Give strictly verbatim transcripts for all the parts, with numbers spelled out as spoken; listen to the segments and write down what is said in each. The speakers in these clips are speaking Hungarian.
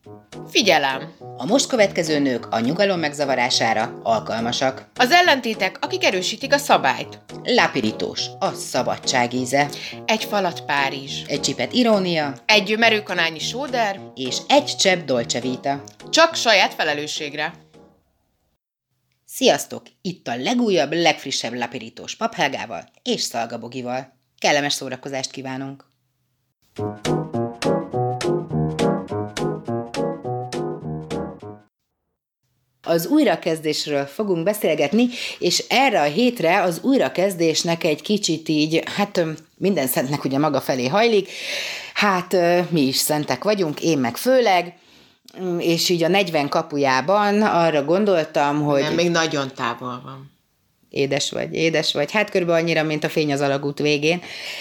Figyelem! A most következő nők a nyugalom megzavarására alkalmasak. Az ellentétek, akik erősítik a szabályt. Lápirítós, a szabadság íze. Egy falat Párizs. Egy csipet irónia. Egy merőkanálnyi sóder. És egy csepp Dolce Vita. Csak saját felelősségre. Sziasztok! Itt a legújabb, legfrissebb Lápirítós Paphelgával és Szalga Bogival. Kellemes szórakozást kívánunk! Az újrakezdésről fogunk beszélgetni, és erre a hétre az újrakezdésnek egy kicsit így, hát minden szentnek ugye maga felé hajlik, hát mi is szentek vagyunk, én meg főleg, és így a negyven kapujában arra gondoltam, hogy... Nem, még nagyon távol van. Édes vagy, édes vagy, hát körülbelül annyira, mint a fény az alagút végén.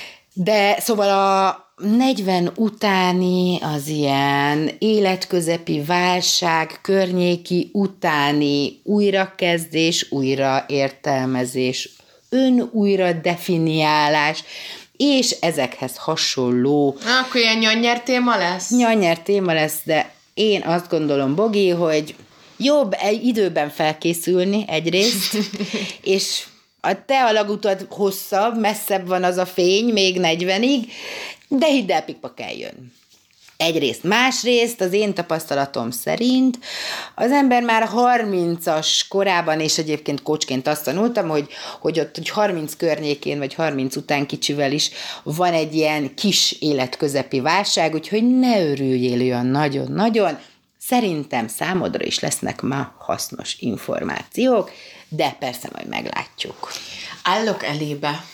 De szóval a negyven utáni, az ilyen életközepi válság környéki utáni újrakezdés, újraértelmezés, ön újra definiálás, és ezekhez hasonló... Na, akkor ilyen nyannyer téma lesz? Nyannyer téma lesz, de én azt gondolom, Bogi, hogy jobb egy időben felkészülni egyrészt, és a te alagutad hosszabb, messzebb van az a fény, még negyvenig, de hidd el, pikpak eljön. Egyrészt. Másrészt az én tapasztalatom szerint az ember már harmincas korában, és egyébként coachként azt tanultam, hogy, hogy ott hogy harminc környékén, vagy harminc után kicsivel is van egy ilyen kis életközepi válság, úgyhogy ne örüljél olyan nagyon-nagyon. Szerintem számodra is lesznek ma hasznos információk, de persze majd meglátjuk. Állok elébe.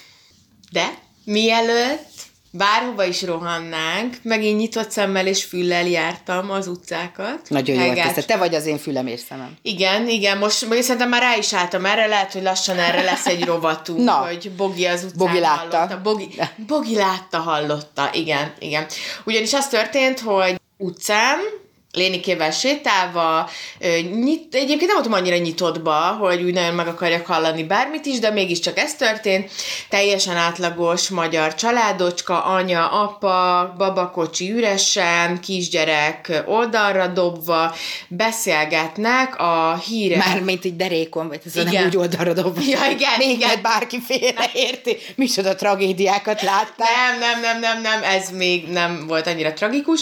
De mielőtt bárhova is rohannánk, megint nyitott szemmel és füllel jártam az utcákat. Nagyon jól teszed. Te vagy az én fülem és szemem. Igen, igen. Most szerintem már rá is álltam erre, lehet, hogy lassan erre lesz egy rovatunk, Na, hogy Bogi az utcán Bogi látta. hallotta. Bogi, Bogi látta, hallotta. Igen, igen. Ugyanis az történt, hogy utcán, Lénikével sétálva, nyit, egyébként nem voltam annyira nyitottba, hogy úgy nagyon meg akarjak hallani bármit is, de mégiscsak ez történt. Teljesen átlagos magyar családocska, anya, apa, babakocsi üresen, kisgyerek oldalra dobva, beszélgetnek a híres... Mármint így derékon, vagy ez nem úgy oldalra dobva. Ja, igen, még igen. mert bárki félreérti. Micsoda tragédiákat láttál. Nem, nem, nem, nem, nem, ez még nem volt annyira tragikus.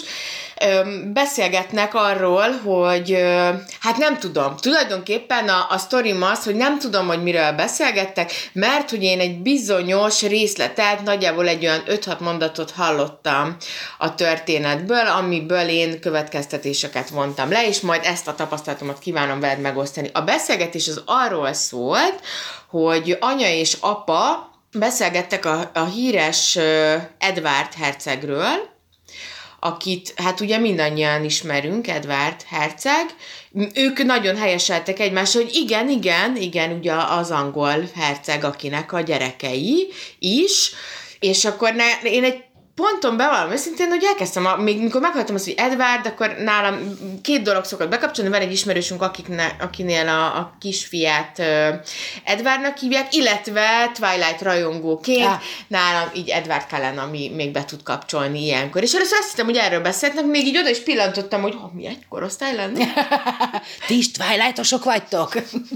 Beszélgetnek arról, hogy hát nem tudom, tulajdonképpen a, a sztorim az, hogy nem tudom, hogy miről beszélgettek, mert hogy én egy bizonyos részletet, nagyjából egy olyan öt-hat mondatot hallottam a történetből, amiből én következtetéseket vontam le, és majd ezt a tapasztalatomat kívánom veled megosztani. A beszélgetés az arról szólt, hogy anya és apa beszélgettek a, a híres Edvárd hercegről, akit hát ugye mindannyian ismerünk, Edvárd herceg, ők nagyon helyeseltek egymásra, hogy igen, igen, igen, ugye az angol herceg, akinek a gyerekei is, és akkor ne, én egy ponton bevallom őszintén, hogy elkezdtem, a, még mikor meghallottam azt, hogy Edvárd, akkor nálam két dolog szokott bekapcsolni, van egy ismerősünk, akikne, akinél a, a kisfiát uh, Edvárnak hívják, illetve Twilight rajongóként ah. nálam így Edward Cullen, ami még be tud kapcsolni ilyenkor. És először azt hittem, hogy erről beszélnek, még így oda is pillantottam, hogy oh, mi egy korosztály lenne. Ti is Twilight-osok vagytok?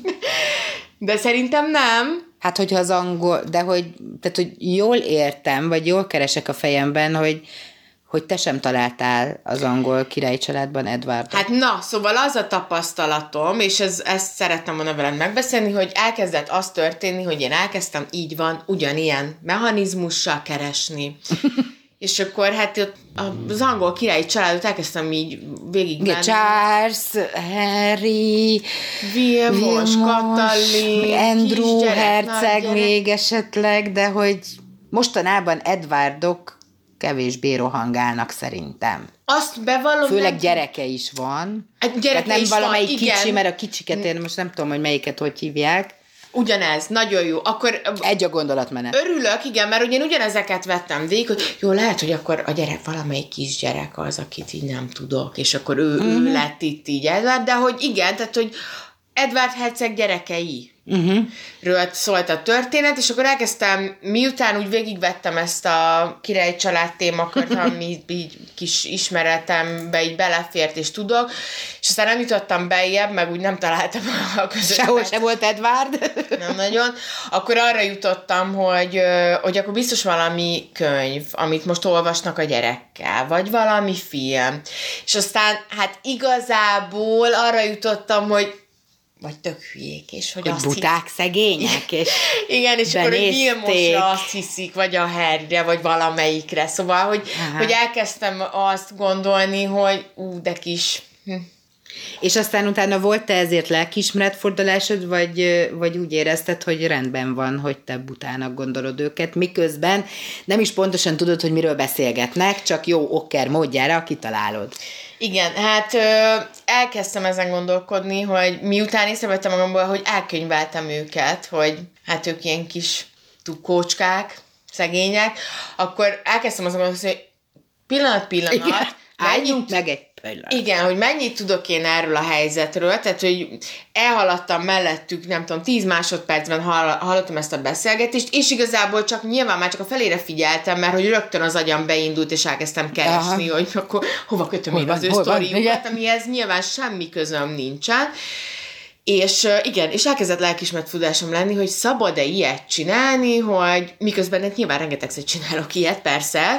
De szerintem nem. Hát, hogyha az angol, de hogy, tehát, hogy jól értem, vagy jól keresek a fejemben, hogy, hogy te sem találtál az angol királyi családban Edwardot. Hát na, szóval az a tapasztalatom, és ez, ezt szerettem volna veled megbeszélni, hogy elkezdett az történni, hogy én elkezdtem így van, ugyanilyen mechanizmussal keresni. És akkor hát az angol királyi családot elkezdtem így végig menni. Charles, Harry, Vilmos, Katalin, Andrew herceg még esetleg, de hogy mostanában Edwardok kevésbé rohangálnak szerintem. Azt bevallom... Főleg nem... gyereke is van. A gyereke nem is valamelyik van, kicsi, igen. Mert a kicsiket én most nem tudom, hogy melyiket hogy hívják. Ugyanez, nagyon jó. Akkor egy a gondolatmenet. Örülök, igen, mert ugye én ugyanezeket vettem végig, hogy jó, lehet, hogy akkor a gyerek, valamelyik kisgyerek az, akit így nem tudok, és akkor ő, mm-hmm. ő lett itt így, de hogy igen, tehát, hogy Edward herceg gyerekei. Uh-huh. Ről szólt a történet, és akkor elkezdtem, miután úgy végigvettem ezt a király család témakört, ami így kis ismeretembe így belefért, és tudok, és aztán nem jutottam bejjebb, meg úgy nem találtam a közös. Sehol se volt Edward. Nem nagyon. Akkor arra jutottam, hogy, hogy akkor biztos valami könyv, amit most olvasnak a gyerekkel, vagy valami film. És aztán hát igazából arra jutottam, hogy vagy tök hülyék, és hogy, hogy azt buták, hisz... szegények, és igen, és benézték. akkor, hogy Vilmosra azt hiszik, vagy a Harryre, vagy valamelyikre. Szóval, hogy, hogy elkezdtem azt gondolni, hogy ú, de kis... Hm. És aztán utána volt-e ezért lelkiismeretfordulásod, vagy, vagy úgy érezted, hogy rendben van, hogy te butának gondolod őket, miközben nem is pontosan tudod, hogy miről beszélgetnek, csak jó okker módjára kitalálod. Igen, hát ö, elkezdtem ezen gondolkodni, hogy miután észrevettem magamból, hogy elkönyveltem őket, hogy hát ők ilyen kis tukócskák, szegények, akkor elkezdtem azon gondolkodni, hogy pillanat, pillanat, igen, álljunk mennyit, meg egy pillanat. Igen, hogy mennyit tudok én erről a helyzetről, tehát, hogy elhaladtam mellettük, nem tudom, tíz másodpercben hallottam ezt a beszélgetést, és igazából csak nyilván már csak a felére figyeltem, mert hogy rögtön az agyam beindult, és elkezdtem keresni, aha, hogy akkor hova kötöm én az ő sztoriukat, amihez nyilván semmi közöm nincsen. És igen, és elkezdett lelkiismeretfordulásom lenni, hogy szabad-e ilyet csinálni, hogy miközben hát nyilván rengetegszer csinálok ilyet, persze,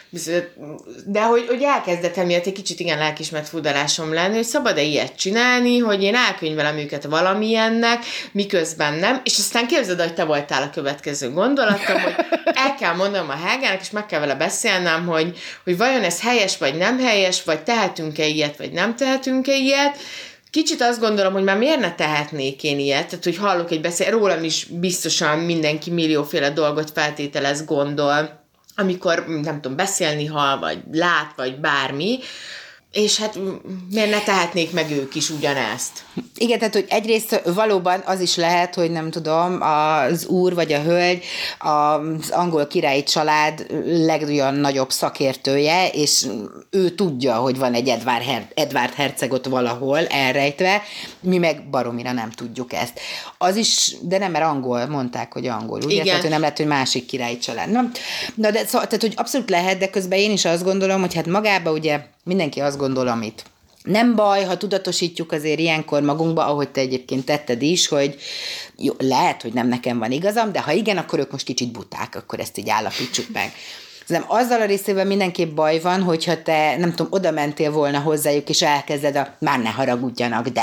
de hogy, hogy elkezdett emiatt egy kicsit igen lelkiismeretfordulásom lenni, hogy szabad-e ilyet csinálni, hogy én elkönyvelem őket valamilyennek, miközben nem, és aztán képzeld, hogy te voltál a következő gondolatom, hogy el kell mondanom a Helgának, és meg kell vele beszélnem, hogy, hogy vajon ez helyes, vagy nem helyes, vagy tehetünk-e ilyet, vagy nem tehetünk-e ilyet. Kicsit azt gondolom, hogy már miért ne tehetnék én ilyet, tehát hogy hallok egy beszél, rólam is biztosan mindenki millióféle dolgot feltételez, gondol, amikor, nem tudom, beszélni hall, vagy lát, vagy bármi, és hát miért ne tehetnék meg ők is ugyanezt? Igen, tehát, hogy egyrészt valóban az is lehet, hogy nem tudom, az úr vagy a hölgy az angol királyi család legolyan nagyobb szakértője, és ő tudja, hogy van egy Edward, Her- Edward herceg ott valahol elrejtve, mi meg baromira nem tudjuk ezt. Az is, de nem, mert angol, mondták, hogy angol, ugye? Igen. Tehát, hogy nem lehet, hogy másik királyi család. Na, na de szóval, tehát, hogy abszolút lehet, de közben én is azt gondolom, hogy hát magába ugye mindenki azt gondol, amit. Nem baj, ha tudatosítjuk azért ilyenkor magunkba, ahogy te egyébként tetted is, hogy jó, lehet, hogy nem nekem van igazam, de ha igen, akkor ők most kicsit buták, akkor ezt így állapítsuk meg. Nem, azzal a részében mindenképp baj van, hogyha te, nem tudom, oda mentél volna hozzájuk, és elkezded a már ne haragudjanak, de...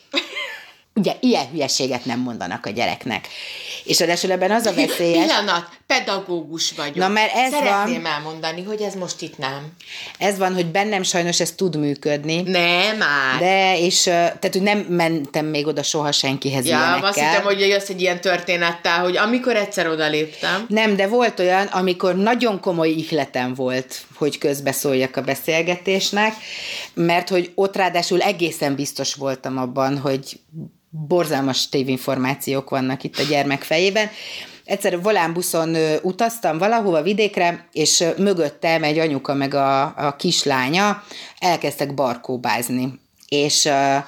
Ugye, ilyen hülyeséget nem mondanak a gyereknek. És ráadásul ebben az a veszélyes... Pillanat, pedagógus vagyok. Na, mert ez Szeretném van, elmondani, hogy ez most itt nem. Ez van, hogy bennem sajnos ez tud működni. Nem már. De, és tehát, hogy nem mentem még oda soha senkihez ja, ilyenekkel. Azt hittem, hogy jössz egy ilyen történettel, hogy amikor egyszer odaléptem. Nem, de volt olyan, amikor nagyon komoly ihletem volt, hogy közbeszóljak a beszélgetésnek, mert hogy ott ráadásul egészen biztos voltam abban, hogy borzalmas tévinformációk vannak itt a gyermek fejében. Egyszer volánbuszon utaztam valahova vidékre, és mögöttem egy anyuka meg a, a kislánya elkezdtek barkóbázni. És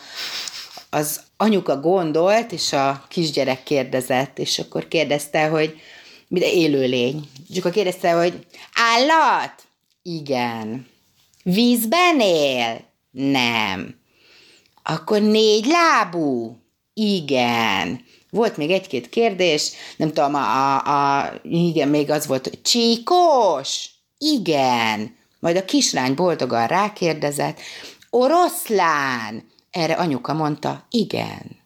az anyuka gondolt, és a kisgyerek kérdezett, és akkor kérdezte, hogy mire élőlény. És akkor kérdezte, hogy állat? Igen. Vízben él? Nem. Akkor négy lábú? Igen. Volt még egy-két kérdés, nem tudom, a, a, a, igen, még az volt, hogy csíkos? Igen. Majd a kislány boldogan rákérdezett, oroszlán? Erre anyuka mondta, igen.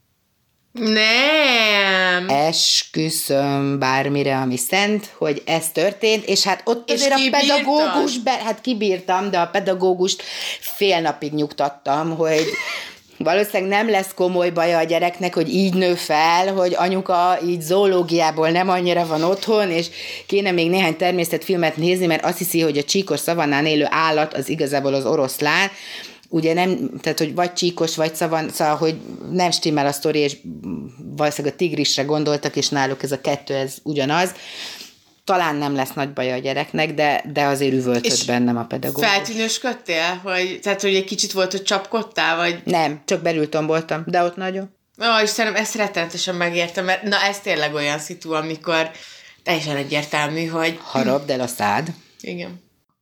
Nem. Esküszöm bármire, ami szent, hogy ez történt, és hát ott és azért a pedagógus, be, hát kibírtam, de a pedagógust fél napig nyugtattam, hogy valószínűleg nem lesz komoly baja a gyereknek, hogy így nő fel, hogy anyuka így zoológiából nem annyira van otthon, és kéne még néhány természetfilmet nézni, mert azt hiszi, hogy a csíkos szavannán élő állat az igazából az oroszlán. Ugye nem, tehát hogy vagy csíkos, vagy szavan, szóval, hogy nem stimmel a sztori, és valószínűleg a tigrisre gondoltak, és náluk ez a kettő, ez ugyanaz. Talán nem lesz nagy baja a gyereknek, de, de azért üvöltött bennem a pedagógus. Feltűnősködtél? Hogy, tehát, hogy egy kicsit volt, hogy csapkodtál, vagy? Nem, csak belül tomboltam, de ott nagyon. Ó, Istenem, ezt rettenetesen megértem, mert na ez tényleg olyan szitu, amikor teljesen egyértelmű, hogy... Harapd el a szád. Igen.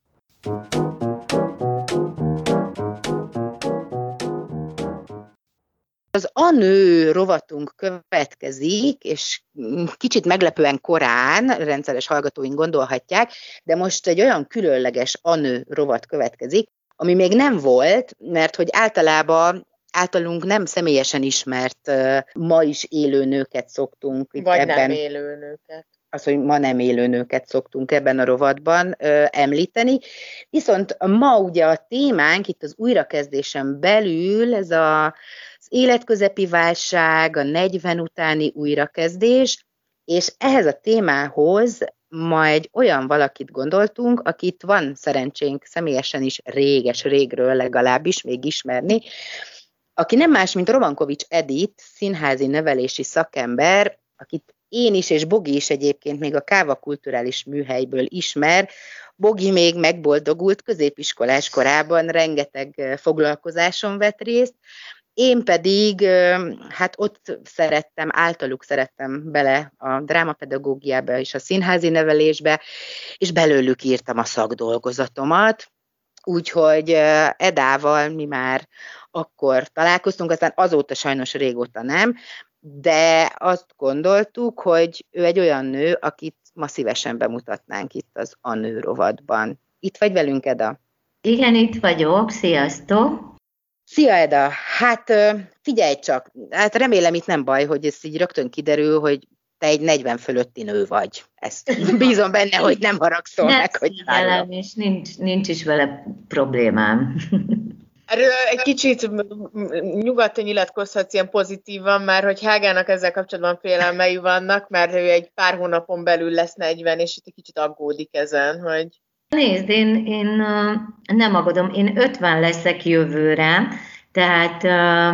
Az A nő rovatunk következik, és kicsit meglepően korán, rendszeres hallgatóink gondolhatják, de most egy olyan különleges A nő rovat következik, ami még nem volt, mert hogy általában általunk nem személyesen ismert ma is élő nőket szoktunk itt Vagy ebben. nem élő nőket. Az, hogy ma nem élő nőket szoktunk ebben a rovatban ö, említeni. Viszont ma ugye a témánk itt az újrakezdésen belül, ez a, az életközepi válság, a negyven utáni újrakezdés, és ehhez a témához ma egy olyan valakit gondoltunk, akit van szerencsénk személyesen is réges-régről legalábbis még ismerni, aki nem más, mint Romankovics Edit, színházi nevelési szakember, akit én is, és Bogi is egyébként még a Káva Kulturális Műhelyből ismer. Bogi még megboldogult, középiskolás korában rengeteg foglalkozáson vett részt, én pedig hát ott szerettem, általuk szerettem bele a drámapedagógiába és a színházi nevelésbe, és belőlük írtam a szakdolgozatomat, úgyhogy Edával mi már akkor találkoztunk, aztán azóta sajnos régóta nem, de azt gondoltuk, hogy ő egy olyan nő, akit ma szívesen bemutatnánk itt az A nő rovatban. Itt vagy velünk, Eda? Igen, itt vagyok. Sziasztok! Szia, Eda! Hát figyelj csak, hát remélem itt nem baj, hogy ez így rögtön kiderül, hogy te egy negyven fölötti nő vagy. Ezt bízom benne, hogy nem haragszol nem meg, hogy figyelem, és nincs, nincs is vele problémám. Erről egy kicsit nyugodtan nyilatkozhatsz ilyen pozitívan, mert hogy Hágának ezzel kapcsolatban félelmei vannak, mert ő egy pár hónapon belül lesz negyven, és itt egy kicsit aggódik ezen, hogy... Nézd, én, én nem aggódom, én ötven leszek jövőre, tehát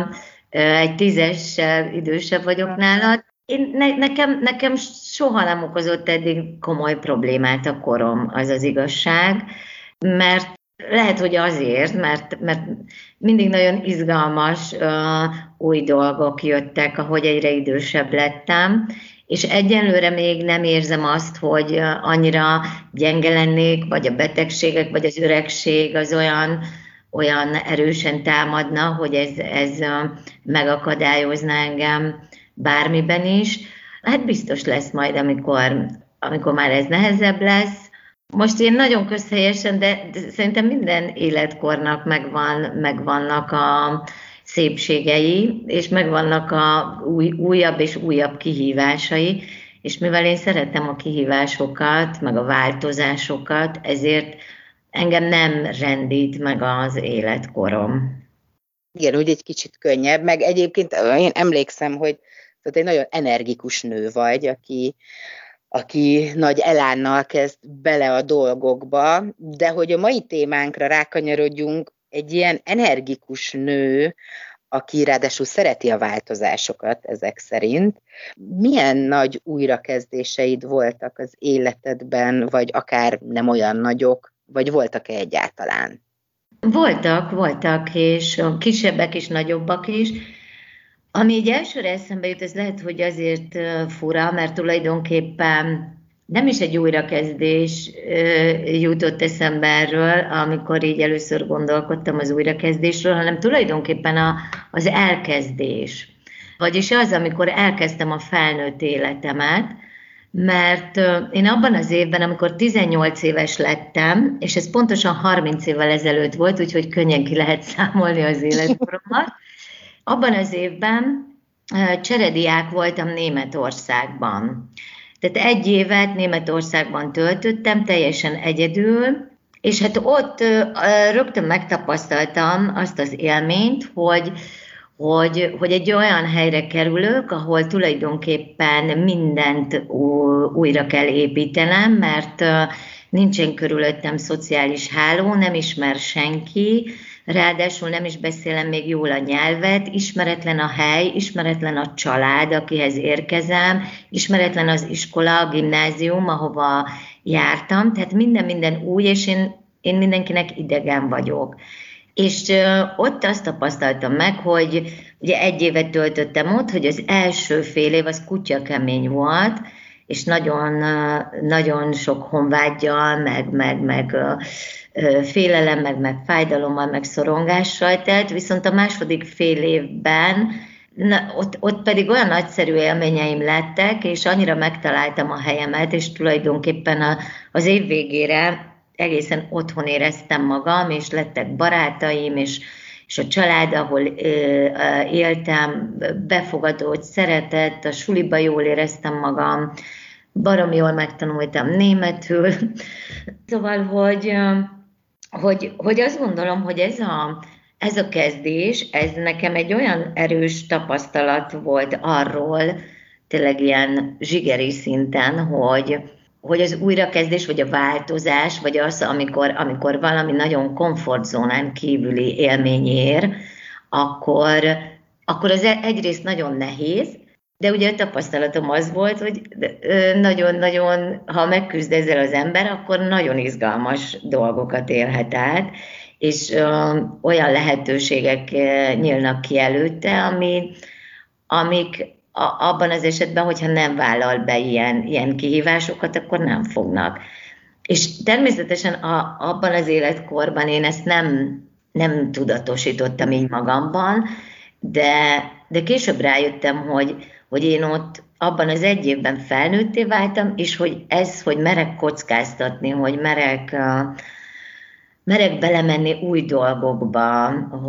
egy tízessel idősebb vagyok nálad. Én, ne, nekem, nekem soha nem okozott eddig komoly problémát a korom, az az igazság, mert lehet, hogy azért, mert, mert mindig nagyon izgalmas uh, új dolgok jöttek, ahogy egyre idősebb lettem, és egyelőre még nem érzem azt, hogy uh, annyira gyenge lennék, vagy a betegségek, vagy az öregség az olyan, olyan erősen támadna, hogy ez, ez uh, megakadályozna engem bármiben is. Hát biztos lesz majd, amikor, amikor már ez nehezebb lesz. Most én nagyon közhelyesen, de, de szerintem minden életkornak megvan, megvannak a szépségei, és megvannak a új, újabb és újabb kihívásai, és mivel én szeretem a kihívásokat, meg a változásokat, ezért engem nem rendít meg az életkorom. Igen, úgy egy kicsit könnyebb, meg egyébként én emlékszem, hogy egy nagyon energikus nő vagy, aki aki nagy elánnal kezd bele a dolgokba, de hogy a mai témánkra rákanyarodjunk, egy ilyen energikus nő, aki ráadásul szereti a változásokat ezek szerint. Milyen nagy újrakezdéseid voltak az életedben, vagy akár nem olyan nagyok, vagy voltak-e egyáltalán? Voltak, voltak, és kisebbek is, nagyobbak is. Ami így elsőre eszembe jut, ez lehet, hogy azért fura, mert tulajdonképpen nem is egy újrakezdés jutott eszembe erről, amikor így először gondolkodtam az újrakezdésről, hanem tulajdonképpen a, az elkezdés. Vagyis az, amikor elkezdtem a felnőtt életemet, mert én abban az évben, amikor tizennyolc éves lettem, és ez pontosan harminc évvel ezelőtt volt, úgyhogy könnyen ki lehet számolni az életkoromat, abban az évben cserediák voltam Németországban. Tehát egy évet Németországban töltöttem, teljesen egyedül, és hát ott rögtön megtapasztaltam azt az élményt, hogy, hogy, hogy egy olyan helyre kerülök, ahol tulajdonképpen mindent újra kell építenem, mert nincsen körülöttem szociális háló, nem ismer senki, ráadásul nem is beszélem még jól a nyelvet, ismeretlen a hely, ismeretlen a család, akihez érkezem, ismeretlen az iskola, a gimnázium, ahova jártam, tehát minden-minden új, és én, én mindenkinek idegen vagyok. És ott azt tapasztaltam meg, hogy ugye egy évet töltöttem ott, hogy az első fél év az kutya kemény volt, és nagyon, nagyon sok honvággyal, meg, meg, meg félelem, meg, meg fájdalommal, meg szorongással telt, viszont a második fél évben na, ott, ott pedig olyan nagyszerű élményeim lettek, és annyira megtaláltam a helyemet, és tulajdonképpen a, az év végére egészen otthon éreztem magam, és lettek barátaim, és, és a család, ahol éltem, befogadott, szeretett, a suliba jól éreztem magam, baromi jól megtanultam németül. Szóval, hogy, hogy, hogy azt gondolom, hogy ez a, ez a kezdés, ez nekem egy olyan erős tapasztalat volt arról, tényleg ilyen zsigeri szinten, hogy, hogy az újrakezdés, vagy a változás, vagy az, amikor, amikor valami nagyon komfortzónán kívüli élmény ér, akkor, akkor az egyrészt nagyon nehéz, de ugye a tapasztalatom az volt, hogy nagyon-nagyon, ha megküzd ezzel az ember, akkor nagyon izgalmas dolgokat élhet át, és ö, olyan lehetőségek nyílnak ki előtte, ami, amik a, abban az esetben, hogyha nem vállal be ilyen, ilyen kihívásokat, akkor nem fognak. És természetesen a, abban az életkorban én ezt nem, nem tudatosítottam így magamban, de, de később rájöttem, hogy, hogy én ott abban az egy évben felnőtté váltam, és hogy ez, hogy merek kockáztatni, hogy merek, merek belemenni új dolgokba,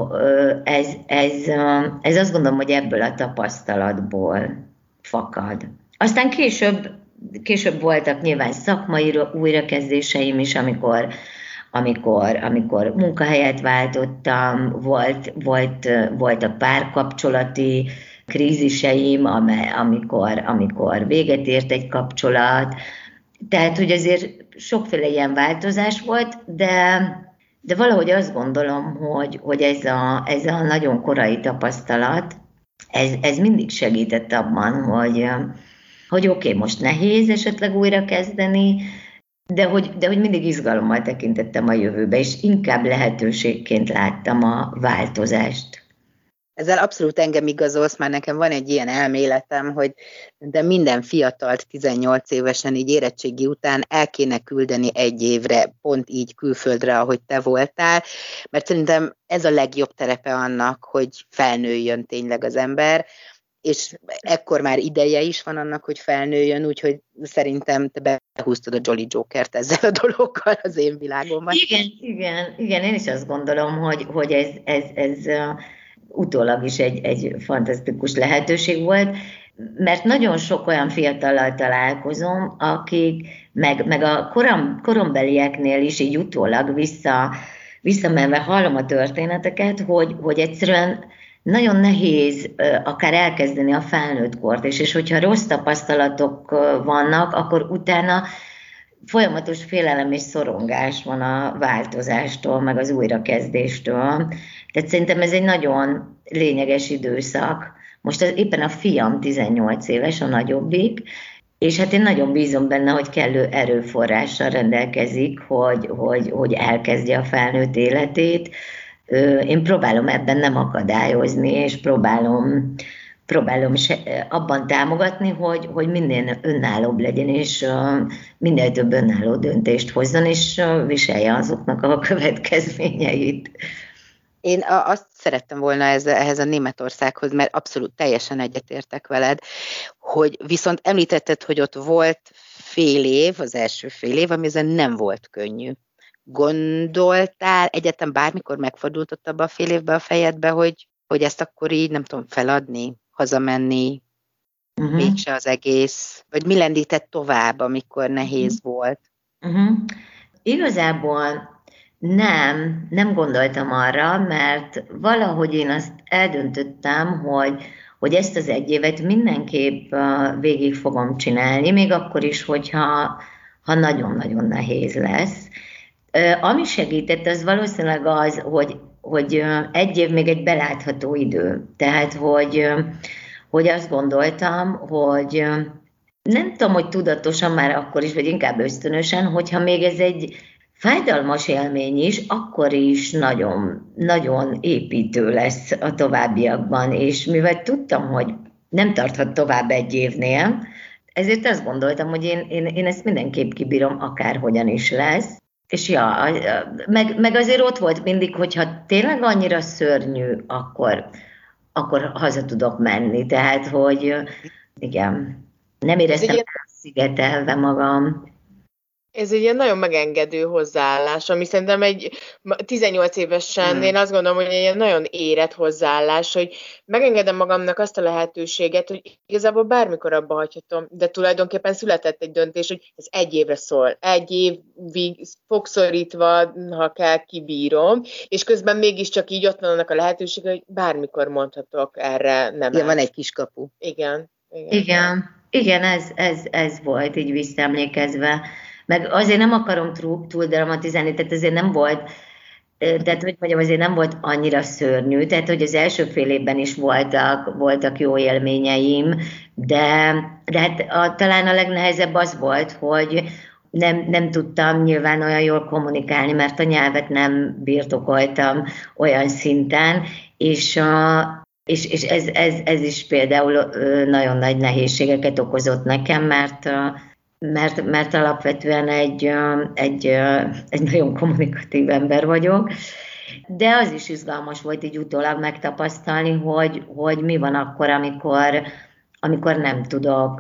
ez, ez, ez azt gondolom, hogy ebből a tapasztalatból fakad. Aztán később, később voltak nyilván szakmai újrakezdéseim is, amikor, amikor, amikor munkahelyet váltottam, volt, volt, volt a párkapcsolati kríziseim, amikor, amikor véget ért egy kapcsolat. Tehát, hogy azért sokféle ilyen változás volt, de, de valahogy azt gondolom, hogy, hogy ez, a, ez a nagyon korai tapasztalat, ez, ez mindig segített abban, hogy, hogy oké, okay, most nehéz esetleg újra kezdeni, de hogy, de hogy mindig izgalommal tekintettem a jövőbe, és inkább lehetőségként láttam a változást. Ezzel abszolút engem igazolsz, már nekem van egy ilyen elméletem, hogy de minden fiatalt tizennyolc évesen így érettségi után el kéne küldeni egy évre, pont így külföldre, ahogy te voltál, mert szerintem ez a legjobb terepe annak, hogy felnőjön tényleg az ember, és ekkor már ideje is van annak, hogy felnőjön, úgyhogy szerintem te behúztad a Jolly Jokert ezzel a dologgal az én világomban. Igen, igen, igen, én is azt gondolom, hogy, hogy ez, ez, ez utólag is egy, egy fantasztikus lehetőség volt, mert nagyon sok olyan fiatallal találkozom, akik, meg, meg a korom, korombelieknél is így utólag vissza, visszamenve hallom a történeteket, hogy, hogy egyszerűen nagyon nehéz akár elkezdeni a felnőtt kort, és, és hogyha rossz tapasztalatok vannak, akkor utána folyamatos félelem és szorongás van a változástól, meg az újrakezdéstől. Tehát szerintem ez egy nagyon lényeges időszak. Most az, éppen a fiam tizennyolc éves, a nagyobbik, és hát én nagyon bízom benne, hogy kellő erőforrással rendelkezik, hogy, hogy, hogy elkezdje a felnőtt életét. Én próbálom ebben nem akadályozni, és próbálom, próbálom abban támogatni, hogy, hogy minél önállóbb legyen, és minél több önálló döntést hozzon, és viselje azoknak a következményeit. Én azt szerettem volna ez, ehhez a Németországhoz, mert abszolút teljesen egyetértek veled, hogy viszont említetted, hogy ott volt fél év, az első fél év, ami ezen nem volt könnyű. Gondoltál egyetem bármikor megfordult ott abba a fél évbe a fejedbe, hogy, hogy ezt akkor így, nem tudom, feladni, hazamenni, uh-huh. mégse az egész, vagy mi lendített tovább, amikor nehéz uh-huh. volt? Uh-huh. Igazából nem, nem gondoltam arra, mert valahogy én azt eldöntöttem, hogy, hogy ezt az egy évet mindenképp végig fogom csinálni, még akkor is, hogyha ha nagyon-nagyon nehéz lesz. Ami segített, az valószínűleg az, hogy, hogy egy év még egy belátható idő. Tehát, hogy, hogy azt gondoltam, hogy nem tudom, hogy tudatosan már akkor is, vagy inkább ösztönösen, hogyha még ez egy fájdalmas élmény is, akkor is nagyon, nagyon építő lesz a továbbiakban, és mivel tudtam, hogy nem tarthat tovább egy évnél, ezért azt gondoltam, hogy én, én, én ezt mindenképp kibírom, akárhogyan is lesz. És ja, meg, meg azért ott volt mindig, hogyha tényleg annyira szörnyű, akkor, akkor haza tudok menni. Tehát, hogy igen, nem éreztem elszigetelve magam. Ez egy ilyen nagyon megengedő hozzáállás, ami szerintem egy tizennyolc évesen, hmm. én azt gondolom, hogy egy ilyen nagyon érett hozzáállás, hogy megengedem magamnak azt a lehetőséget, hogy igazából bármikor abba hagyhatom, de tulajdonképpen született egy döntés, hogy ez egy évre szól, egy évig fogszorítva, ha kell, kibírom, és közben mégiscsak így ott van annak a lehetőség, hogy bármikor mondhatok erre nem. Igen, van egy kiskapu. Igen. Igen, igen, igen ez, ez, ez volt így visszaemlékezve. Meg azért nem akarom túl dramatizálni, tehát azért nem volt, tehát hogy mondjam, azért nem volt annyira szörnyű, tehát hogy az első fél évben is voltak, voltak jó élményeim, de, de hát a, talán a legnehezebb az volt, hogy nem, nem tudtam nyilván olyan jól kommunikálni, mert a nyelvet nem birtokoltam olyan szinten, és a És, és ez, ez, ez is például nagyon nagy nehézségeket okozott nekem, mert, mert, mert alapvetően egy, egy, egy nagyon kommunikatív ember vagyok, de az is izgalmas volt így utólag megtapasztalni, hogy, hogy mi van akkor, amikor, amikor nem tudok,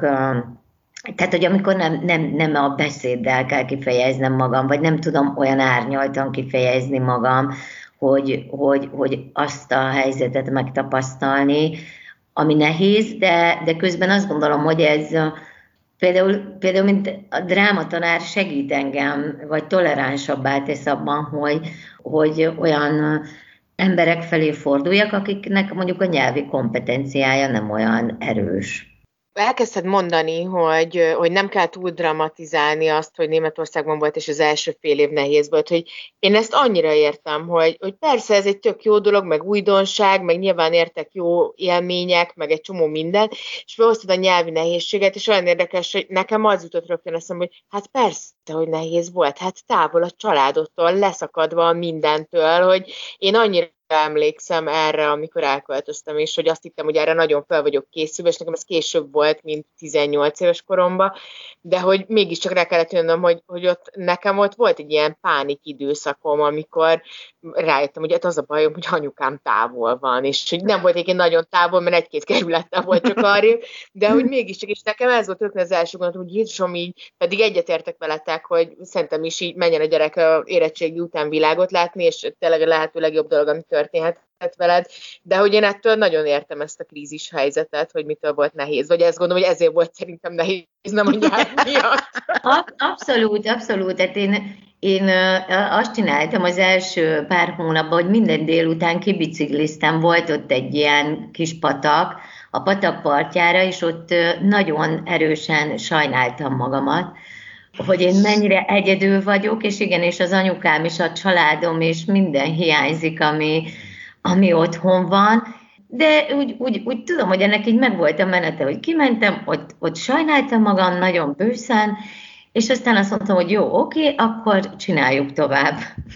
tehát hogy amikor nem, nem, nem a beszéddel kell kifejeznem magam, vagy nem tudom olyan árnyaltan kifejezni magam, Hogy, hogy, hogy azt a helyzetet megtapasztalni, ami nehéz, de, de közben azt gondolom, hogy ez például, például mint a drámatanár segít engem, vagy toleránsabbá tesz abban, hogy, hogy olyan emberek felé forduljak, akiknek mondjuk a nyelvi kompetenciája nem olyan erős. Elkezdted mondani, hogy, hogy nem kell túl dramatizálni azt, hogy Németországban volt, és az első fél év nehéz volt, hogy én ezt annyira értem, hogy, hogy persze ez egy tök jó dolog, meg újdonság, meg nyilván értek jó élmények, meg egy csomó minden, és behoztad a nyelvi nehézséget, és olyan érdekes, hogy nekem az jutott rögtön eszembe, hogy hát persze, hogy nehéz volt, hát távol a családottól, leszakadva mindentől, hogy én annyira emlékszem erre, amikor elköltöztem, és hogy azt hittem, hogy erre nagyon fel vagyok készülve, és nekem ez később volt, mint tizennyolc éves koromban, de hogy mégiscsak rá kellett jönnöm, hogy, hogy ott nekem ott volt egy ilyen pánik időszakom, amikor rájöttem, hogy hát az a bajom, hogy anyukám távol van, és hogy nem volt egyébként nagyon távol, mert egy-két kerülettel volt csak arrébb, de hogy mégiscsak, és nekem ez volt rögtön az első gondolat, hogy Jézusom, így pedig egyetértek veletek, hogy szerintem is így menjen a gyerek a érettségi után világot látni, és tényleg a lehető legjobb dolog, ami történhetett veled, de hogy én ettől nagyon értem ezt a krízis helyzetet, hogy mitől volt nehéz, vagy ezt gondolom, hogy ezért volt szerintem nehéz, nem a nyelv miatt. Abszolút, abszolút, tehát én, én azt csináltam az első pár hónapban, hogy minden délután kibicikliztem, volt ott egy ilyen kis patak, a patak partjára, és ott nagyon erősen sajnáltam magamat, hogy én mennyire egyedül vagyok, és igen, és az anyukám, és a családom, és minden hiányzik, ami, ami otthon van, de úgy, úgy, úgy tudom, hogy ennek így megvolt a menete, hogy kimentem, ott, ott sajnáltam magam nagyon bőszen, és aztán azt mondtam, hogy jó, oké, akkor csináljuk tovább.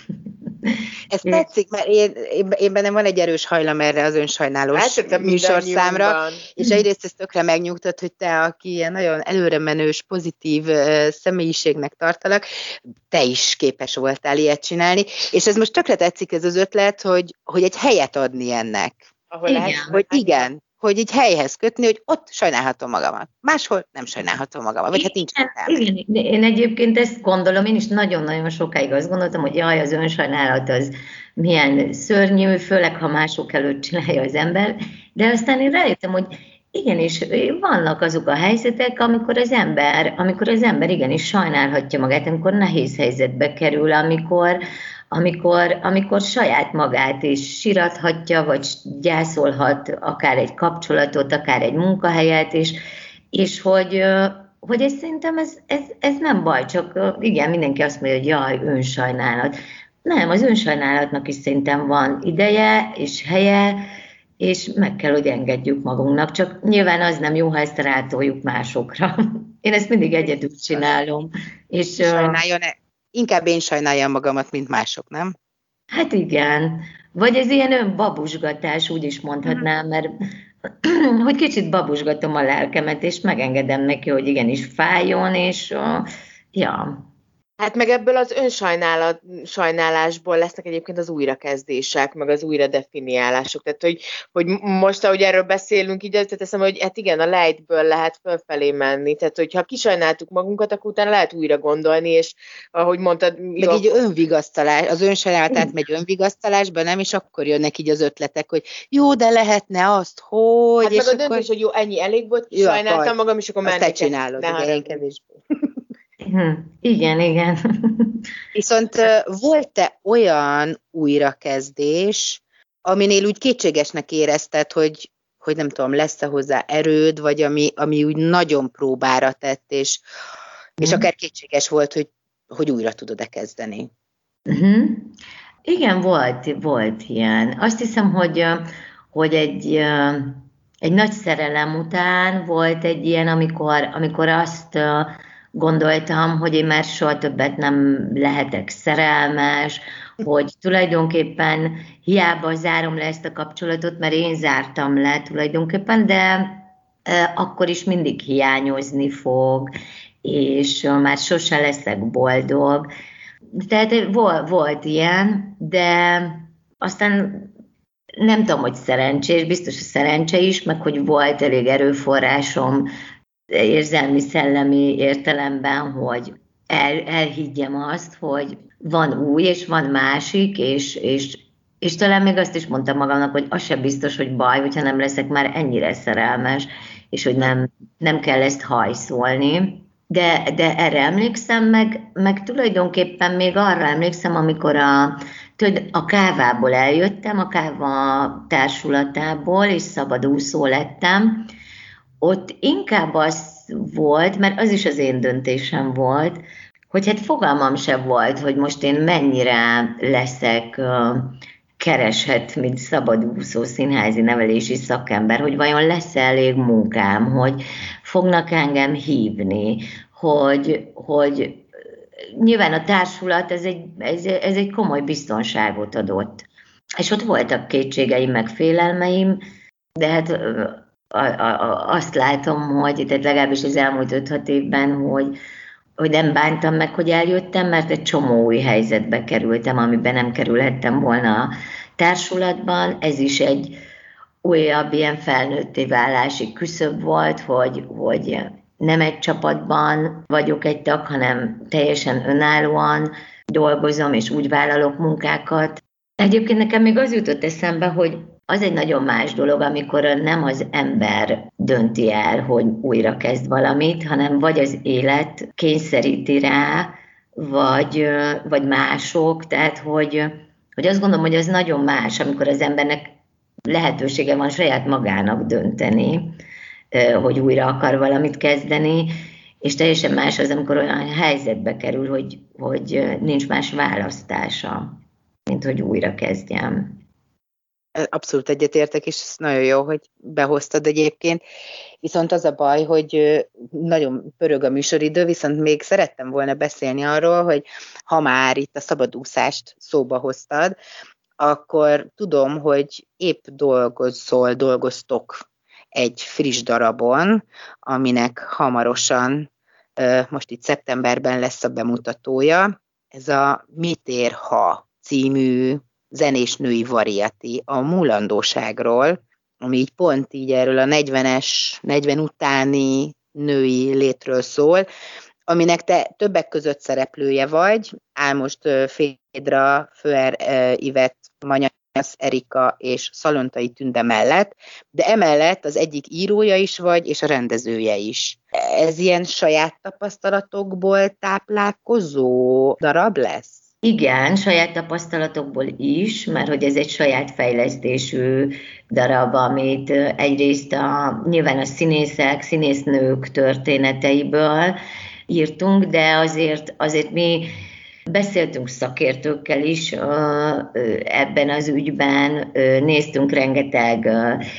Ez tetszik, mert én, én, én bennem van egy erős hajlam erre az önsajnálós hát, műsorszámra, és egyrészt ez tökre megnyugtat, hogy te, aki ilyen nagyon előremenős, pozitív uh, személyiségnek tartalak, te is képes voltál ilyet csinálni, és ez most tökre tetszik ez az ötlet, hogy, hogy egy helyet adni ennek. Ahol igen. Lehet, hogy igen, hogy így helyhez kötni, hogy ott sajnálhatom magamat. Máshol nem sajnálhatom magamat, vagy hát nincs értelme. Igen, én egyébként ezt gondolom, én is nagyon-nagyon sokáig azt gondoltam, hogy jaj, az önsajnálat az milyen szörnyű, főleg ha mások előtt csinálja az ember, de aztán én rájöttem, hogy igenis vannak azok a helyzetek, amikor az ember, amikor az ember igenis sajnálhatja magát, amikor nehéz helyzetbe kerül, amikor Amikor, amikor saját magát is sirathatja, vagy gyászolhat akár egy kapcsolatot, akár egy munkahelyet, és, és hogy, hogy ez szerintem ez, ez, ez nem baj, csak igen, mindenki azt mondja, hogy jaj, önsajnálat. Nem, az önsajnálatnak is szerintem van ideje és helye, és meg kell, hogy engedjük magunknak, csak nyilván az nem jó, ha ezt rátoljuk másokra. Én ezt mindig egyedül csinálom. És, Sajnáljon-e? inkább én sajnáljam magamat, mint mások, nem? Hát igen. Vagy ez ilyen önbabusgatás, úgy is mondhatnám, mert hogy kicsit babusgatom a lelkemet, és megengedem neki, hogy igenis fájjon, és uh, ja. Hát meg ebből az önsajnálásból lesznek egyébként az újrakezdések, meg az újradefiniálások. Tehát, hogy, hogy most, ahogy erről beszélünk, így azt teszem, hogy hát igen, a lejtből lehet fölfelé menni. Tehát, hogyha kisajnáltuk magunkat, akkor utána lehet újra gondolni, és ahogy mondtad... Meg jó, így önvigasztalás, az önsajnálat átmegy önvigasztalásba, nem? És akkor jönnek így az ötletek, hogy jó, de lehetne azt, hogy... Hát és meg a akkor... döntés, hogy jó, ennyi elég volt, kisajnáltam magam, és akkor menni kell. Azt te csinálod, igen, kevésbé. Igen, igen. Viszont volt-e olyan újrakezdés, aminél úgy kétségesnek érezted, hogy, hogy nem tudom, lesz-e hozzá erőd, vagy ami, ami úgy nagyon próbára tett, és, mm. és akár kétséges volt, hogy, hogy újra tudod-e kezdeni? Uh-huh. Igen, volt, volt ilyen. Azt hiszem, hogy, hogy egy, egy nagy szerelem után volt egy ilyen, amikor, amikor azt gondoltam, hogy én már soha többet nem lehetek szerelmes, hogy tulajdonképpen hiába zárom le ezt a kapcsolatot, mert én zártam le tulajdonképpen, de akkor is mindig hiányozni fog, és már sose leszek boldog. Tehát volt, volt ilyen, de aztán nem tudom, hogy szerencsés, biztos a szerencse is, meg hogy volt elég erőforrásom érzelmi, szellemi értelemben, hogy el, elhiggyem azt, hogy van új, és van másik, és, és, és talán még azt is mondtam magamnak, hogy az sem biztos, hogy baj, hogyha nem leszek már ennyire szerelmes, és hogy nem, nem kell ezt hajszolni. De, de erre emlékszem, meg, meg tulajdonképpen még arra emlékszem, amikor a, tudod, a kávából eljöttem, a káva társulatából, és szabadúszó lettem. Ott inkább az volt, mert az is az én döntésem volt, hogy hát fogalmam sem volt, hogy most én mennyire leszek uh, kereshet, mint szabadúszó színházi nevelési szakember, hogy vajon lesz elég munkám, hogy fognak engem hívni, hogy, hogy nyilván a társulat ez egy, ez, ez egy komoly biztonságot adott. És ott voltak kétségeim, meg félelmeim, de hát a, a, a, azt látom, hogy tehát legalábbis az elmúlt öt-hat évben, hogy, hogy nem bántam meg, hogy eljöttem, mert egy csomó új helyzetbe kerültem, amiben nem kerülhettem volna a társulatban. Ez is egy újabb ilyen felnőtté válási küszöb volt, hogy, hogy nem egy csapatban vagyok egy tag, hanem teljesen önállóan dolgozom, és úgy vállalok munkákat. Egyébként nekem még az jutott eszembe, hogy az egy nagyon más dolog, amikor nem az ember dönti el, hogy újra kezd valamit, hanem vagy az élet kényszeríti rá, vagy, vagy mások. Tehát, hogy, hogy azt gondolom, hogy az nagyon más, amikor az embernek lehetősége van saját magának dönteni, hogy újra akar valamit kezdeni, és teljesen más az, amikor olyan helyzetbe kerül, hogy, hogy nincs más választása, mint hogy újra kezdjem. Abszolút egyetértek, és ez nagyon jó, hogy behoztad egyébként. Viszont az a baj, hogy nagyon pörög a műsoridő, viszont még szerettem volna beszélni arról, hogy ha már itt a szabadúszást szóba hoztad, akkor tudom, hogy épp dolgozol, dolgoztok egy friss darabon, aminek hamarosan, most itt szeptemberben lesz a bemutatója. Ez a Mit ér, ha című zenés női variety a múlandóságról, ami így pont így erről a negyvenes, negyven utáni női létről szól, aminek te többek között szereplője vagy, Álmos Fédra, Föer Ivett, Manyasz Erika és Szalontai Tünde mellett, de emellett az egyik írója is vagy, és a rendezője is. Ez ilyen saját tapasztalatokból táplálkozó darab lesz? Igen, saját tapasztalatokból is, mert hogy ez egy saját fejlesztésű darab, amit egyrészt a, nyilván a színészek, színésznők történeteiből írtunk, de azért, azért mi beszéltünk szakértőkkel is ebben az ügyben, néztünk rengeteg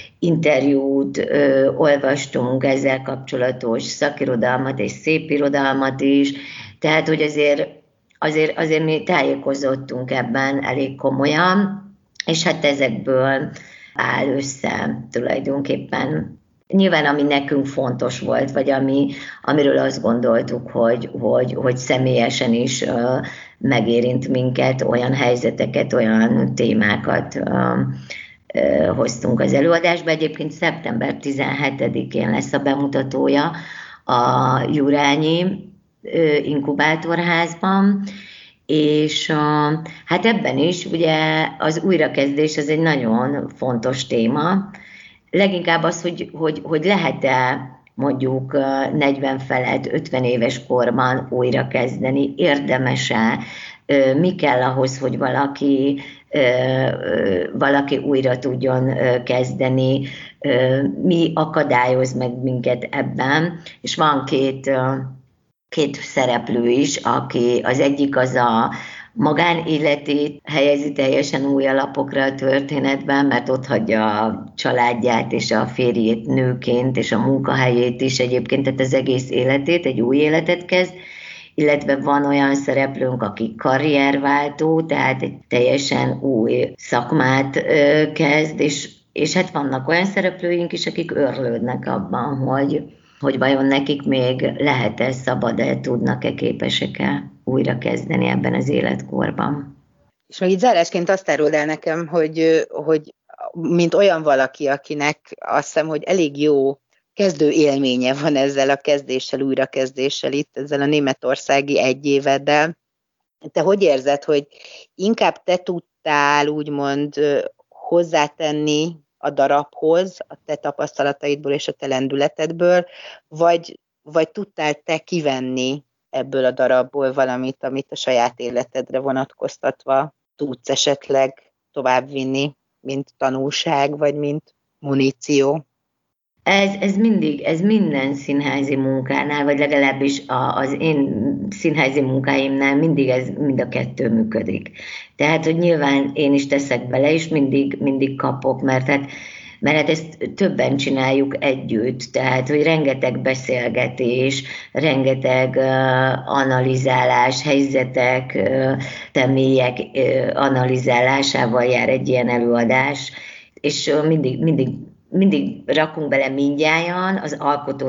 interjút, olvastunk ezzel kapcsolatos szakirodalmat és szépirodalmat is, tehát hogy azért azért, azért mi tájékozottunk ebben elég komolyan, és hát ezekből áll össze tulajdonképpen. Nyilván, ami nekünk fontos volt, vagy ami, amiről azt gondoltuk, hogy, hogy, hogy személyesen is uh, megérint minket, olyan helyzeteket, olyan témákat uh, uh, hoztunk az előadásba. Egyébként szeptember tizenhetedikén lesz a bemutatója a Jurányi uh, inkubátorházban, és uh, hát ebben is ugye az újrakezdés az egy nagyon fontos téma, leginkább az, hogy, hogy, hogy lehet-e mondjuk negyven felett, ötven éves korban újra kezdeni, érdemes-e, mi kell ahhoz, hogy valaki, valaki újra tudjon kezdeni, mi akadályoz meg minket ebben, és van két, két szereplő is, aki az egyik az a magánéletét helyezi teljesen új alapokra a történetben, mert ott hagyja a családját és a férjét nőként, és a munkahelyét is egyébként, tehát az egész életét, egy új életet kezd, illetve van olyan szereplőnk, aki karrierváltó, tehát egy teljesen új szakmát kezd, és, és hát vannak olyan szereplőink is, akik örlődnek abban, hogy hogy vajon nekik még lehet-e, szabad-e, tudnak-e, képesek-e újra kezdeni ebben az életkorban. És még így zárásként azt áruld el nekem, hogy, hogy mint olyan valaki, akinek azt hiszem, hogy elég jó kezdő élménye van ezzel a kezdéssel, újrakezdéssel itt, ezzel a németországi egy éveddel. Te hogy érzed, hogy inkább te tudtál úgymond hozzátenni a darabhoz, a te tapasztalataidból és a te lendületedből, vagy, vagy tudtál te kivenni ebből a darabból valamit, amit a saját életedre vonatkoztatva tudsz esetleg továbbvinni, mint tanulság, vagy mint muníció? Ez, ez mindig, ez minden színházi munkánál, vagy legalábbis az én színházi munkáimnál mindig ez mind a kettő működik. Tehát, hogy nyilván én is teszek bele, és mindig, mindig kapok, mert hát, mert hát ezt többen csináljuk együtt, tehát, hogy rengeteg beszélgetés, rengeteg uh, analizálás, helyzetek, uh, személyek uh, analizálásával jár egy ilyen előadás, és uh, mindig, mindig mindig rakunk bele mindnyájan, az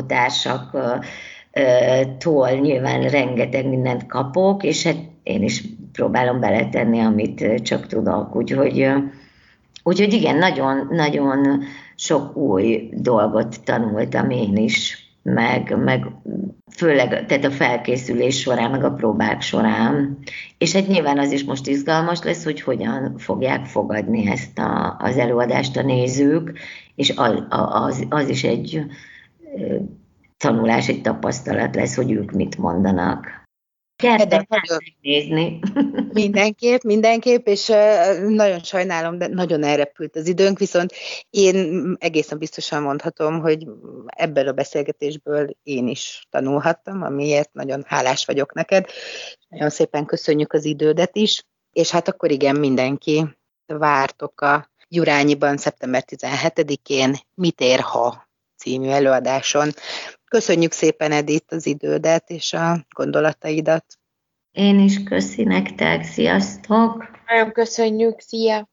alkotótársaktól nyilván rengeteg mindent kapok, és hát én is próbálom beletenni, amit csak tudok. Úgyhogy, úgyhogy igen, nagyon, nagyon sok új dolgot tanultam én is, meg, meg főleg tehát a felkészülés során, meg a próbák során. És hát nyilván az is most izgalmas lesz, hogy hogyan fogják fogadni ezt a, az előadást a nézők, és az, az, az is egy tanulás, egy tapasztalat lesz, hogy ők mit mondanak. Gyertek megnézni. Mindenképp, mindenképp, és nagyon sajnálom, de nagyon elrepült az időnk, viszont én egészen biztosan mondhatom, hogy ebből a beszélgetésből én is tanulhattam, amiért nagyon hálás vagyok neked. Nagyon szépen köszönjük az idődet is, és hát akkor igen, mindenki vártok a Jurányiban szeptember tizenhetedikén Mit ér, ha című előadáson. Köszönjük szépen, Edith, az idődet és a gondolataidat. Én is köszi nektek, sziasztok! Nagyon köszönjük, szia!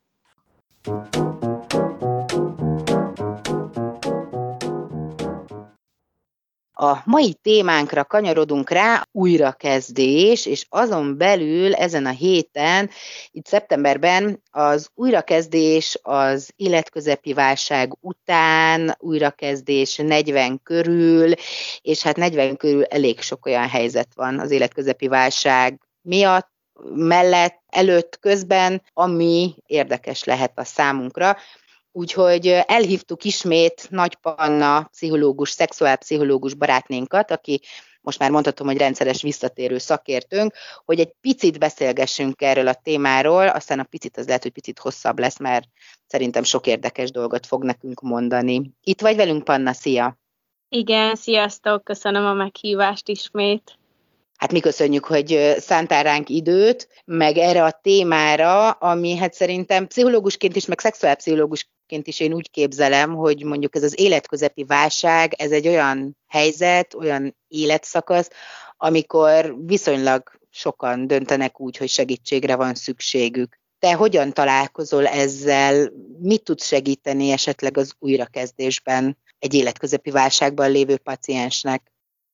A mai témánkra kanyarodunk rá, újrakezdés, és azon belül ezen a héten, itt szeptemberben az újrakezdés az életközepi válság után, újrakezdés negyven körül, és hát negyven körül elég sok olyan helyzet van az életközepi válság miatt, mellett, előtt, közben, ami érdekes lehet a számunkra. Úgyhogy elhívtuk ismét Nagy Panna pszichológus, szexuálpszichológus barátnénkat, aki most már mondhatom, hogy rendszeres visszatérő szakértőnk, hogy egy picit beszélgessünk erről a témáról, aztán a picit az lehet, hogy picit hosszabb lesz, mert szerintem sok érdekes dolgot fog nekünk mondani. Itt vagy velünk, Panna, szia! Igen, sziasztok, köszönöm a meghívást ismét. Hát mi köszönjük, hogy szántál ránk időt, meg erre a témára, ami hát szerintem pszichológusként is, meg szexuálpszichológusként is én úgy képzelem, hogy mondjuk ez az életközepi válság, ez egy olyan helyzet, olyan életszakasz, amikor viszonylag sokan döntenek úgy, hogy segítségre van szükségük. Te hogyan találkozol ezzel? Mit tudsz segíteni esetleg az újrakezdésben egy életközepi válságban lévő paciensnek?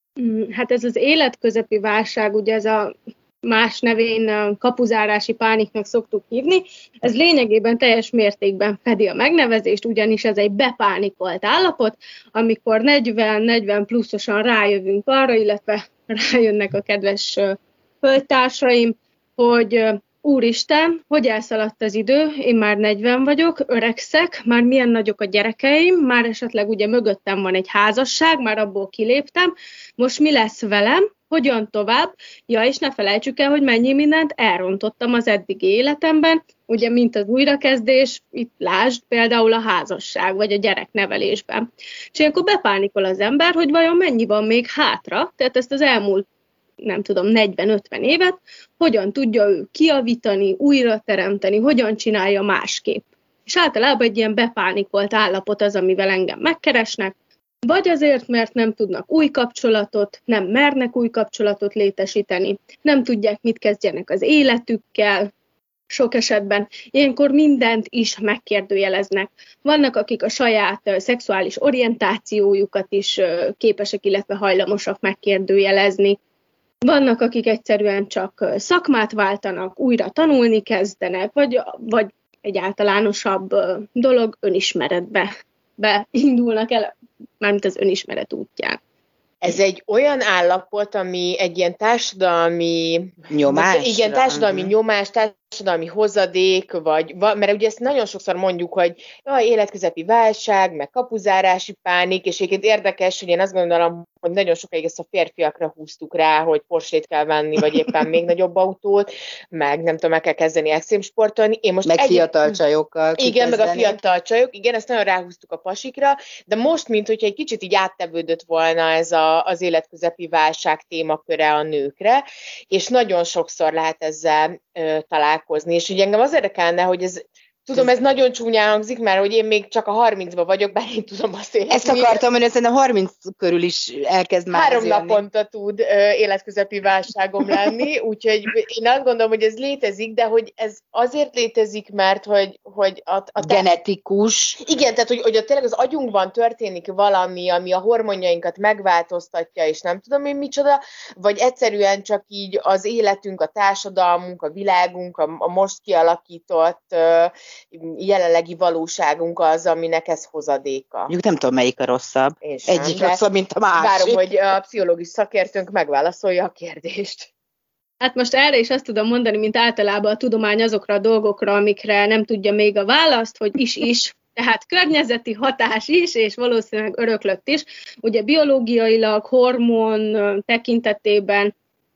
Hát ez az életközepi válság, ugye ez a más nevén kapuzárási pániknak szoktuk hívni, ez lényegében teljes mértékben fedi a megnevezést, ugyanis ez egy bepánikolt állapot, amikor negyven-negyven pluszosan rájövünk arra, illetve rájönnek a kedves földtársaim, hogy úristen, hogy elszaladt az idő, én már negyven vagyok, öregszek, már milyen nagyok a gyerekeim, már esetleg ugye mögöttem van egy házasság, már abból kiléptem, most mi lesz velem, hogyan tovább? Ja, és ne felejtsük el, hogy mennyi mindent elrontottam az eddigi életemben, ugye, mint az újrakezdés, itt lásd például a házasság, vagy a gyereknevelésben. És ilyenkor bepánikol az ember, hogy vajon mennyi van még hátra, tehát ezt az elmúlt nem tudom, negyven-ötven évet, hogyan tudja ő kijavítani, újra teremteni, hogyan csinálja másképp. És általában egy ilyen bepánikolt állapot az, amivel engem megkeresnek, vagy azért, mert nem tudnak új kapcsolatot, nem mernek új kapcsolatot létesíteni, nem tudják, mit kezdjenek az életükkel, sok esetben ilyenkor mindent is megkérdőjeleznek. Vannak, akik a saját szexuális orientációjukat is képesek, illetve hajlamosak megkérdőjelezni. Vannak, akik egyszerűen csak szakmát váltanak, újra tanulni kezdenek, vagy, vagy egy általánosabb dolog önismeretbe beindulnak el, mármint az önismeret útján. Ez egy olyan állapot, ami egy ilyen társadalmi nyomás. Igen, társadalmi uh-huh. nyomás, társadalmi hozadék, vagy, mert ugye ezt nagyon sokszor mondjuk, hogy jaj, életközepi válság, meg kapuzárási pánik, és egyébként érdekes, hogy én azt gondolom, hogy nagyon sokáig ezt a férfiakra húztuk rá, hogy Porsét kell venni, vagy éppen még nagyobb autót, meg nem tudom, meg kell kezdeni extrémsportolni. Én most meg egy... fiatal csajokkal. Igen, meg a fiatal csajok, igen, ezt nagyon ráhúztuk a pasikra, de most, mint hogyha egy kicsit így áttevődött volna ez a, az életközepi válság témaköre a nőkre, és nagyon sokszor lehet ezzel ö, találkozni. És ugye engem az érdekelne, hogy ez Tudom, ez nagyon csúnyán hangzik, mert hogy én még csak a harmincban vagyok, bár én tudom azt érezni. Ezt akartam, hogy szerintem harminc körül is elkezd már Három naponta tud ö, életközepi válságom lenni, úgyhogy én azt gondolom, hogy ez létezik, de hogy ez azért létezik, mert hogy, hogy a, a te... genetikus. Igen, tehát hogy, hogy a, tényleg az agyunkban történik valami, ami a hormonjainkat megváltoztatja, és nem tudom én micsoda, vagy egyszerűen csak így az életünk, a társadalmunk, a világunk, a, a most kialakított ö, jelenlegi valóságunk az, aminek ez hozadéka. Mondjuk nem tudom, melyik a rosszabb. Egyik rosszabb, mint a másik. Várom, hogy a pszichológus szakértőnk megválaszolja a kérdést. Hát most erre is azt tudom mondani, mint általában a tudomány azokra a dolgokra, amikre nem tudja még a választ, hogy is-is. Tehát környezeti hatás is, és valószínűleg öröklött is. Ugye biológiailag, hormon tekintetében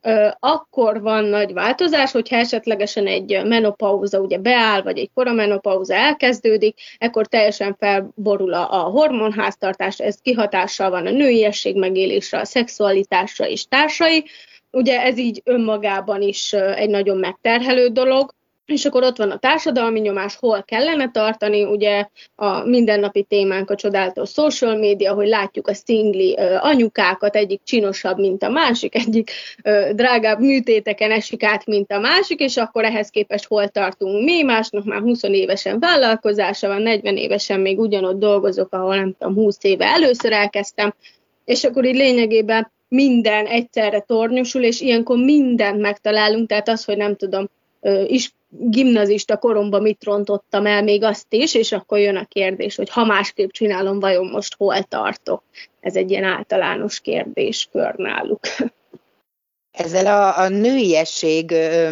akkor van nagy változás, hogyha esetlegesen egy menopauza ugye beáll, vagy egy koramenopauza elkezdődik, akkor teljesen felborul a, a hormonháztartás, ez kihatással van a nőiesség megélésre, a szexualitásra és társai. Ugye ez így önmagában is egy nagyon megterhelő dolog, és akkor ott van a társadalmi nyomás, hol kellene tartani, ugye a mindennapi témánk a csodálatos social media, hogy látjuk a szingli uh, anyukákat, egyik csinosabb, mint a másik, egyik uh, drágább műtéteken esik át, mint a másik, és akkor ehhez képest hol tartunk mi, másnak már húsz évesen vállalkozása van, negyven évesen még ugyanott dolgozok, ahol nem tudom, húsz éve először elkezdtem, és akkor így lényegében minden egyszerre tornyosul, és ilyenkor mindent megtalálunk, tehát az, hogy nem tudom, is gimnazista koromban mit rontottam el, még azt is, és akkor jön a kérdés, hogy ha másképp csinálom, vajon most hol tartok? Ez egy ilyen általános kérdéskör náluk. Ezzel a, a nőiesség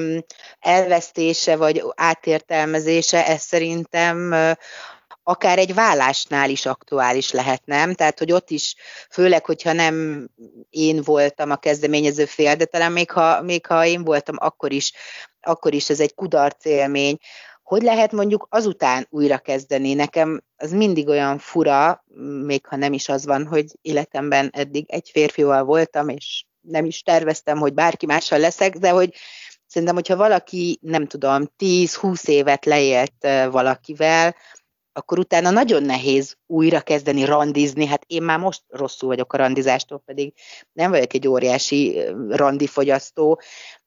elvesztése, vagy átértelmezése, ez szerintem akár egy vállásnál is aktuális lehet, nem? Tehát, hogy ott is, főleg, hogyha nem én voltam a kezdeményező fél, de talán még ha, még ha én voltam, akkor is, akkor is ez egy kudarc élmény. Hogy lehet mondjuk azután újra kezdeni? Nekem az mindig olyan fura, még ha nem is az van, hogy életemben eddig egy férfival voltam, és nem is terveztem, hogy bárki mással leszek, de hogy szerintem, hogyha valaki, nem tudom, tíz-húsz évet leélt valakivel, akkor utána nagyon nehéz újra kezdeni randizni. Hát én már most rosszul vagyok a randizástól, pedig nem vagyok egy óriási randifogyasztó,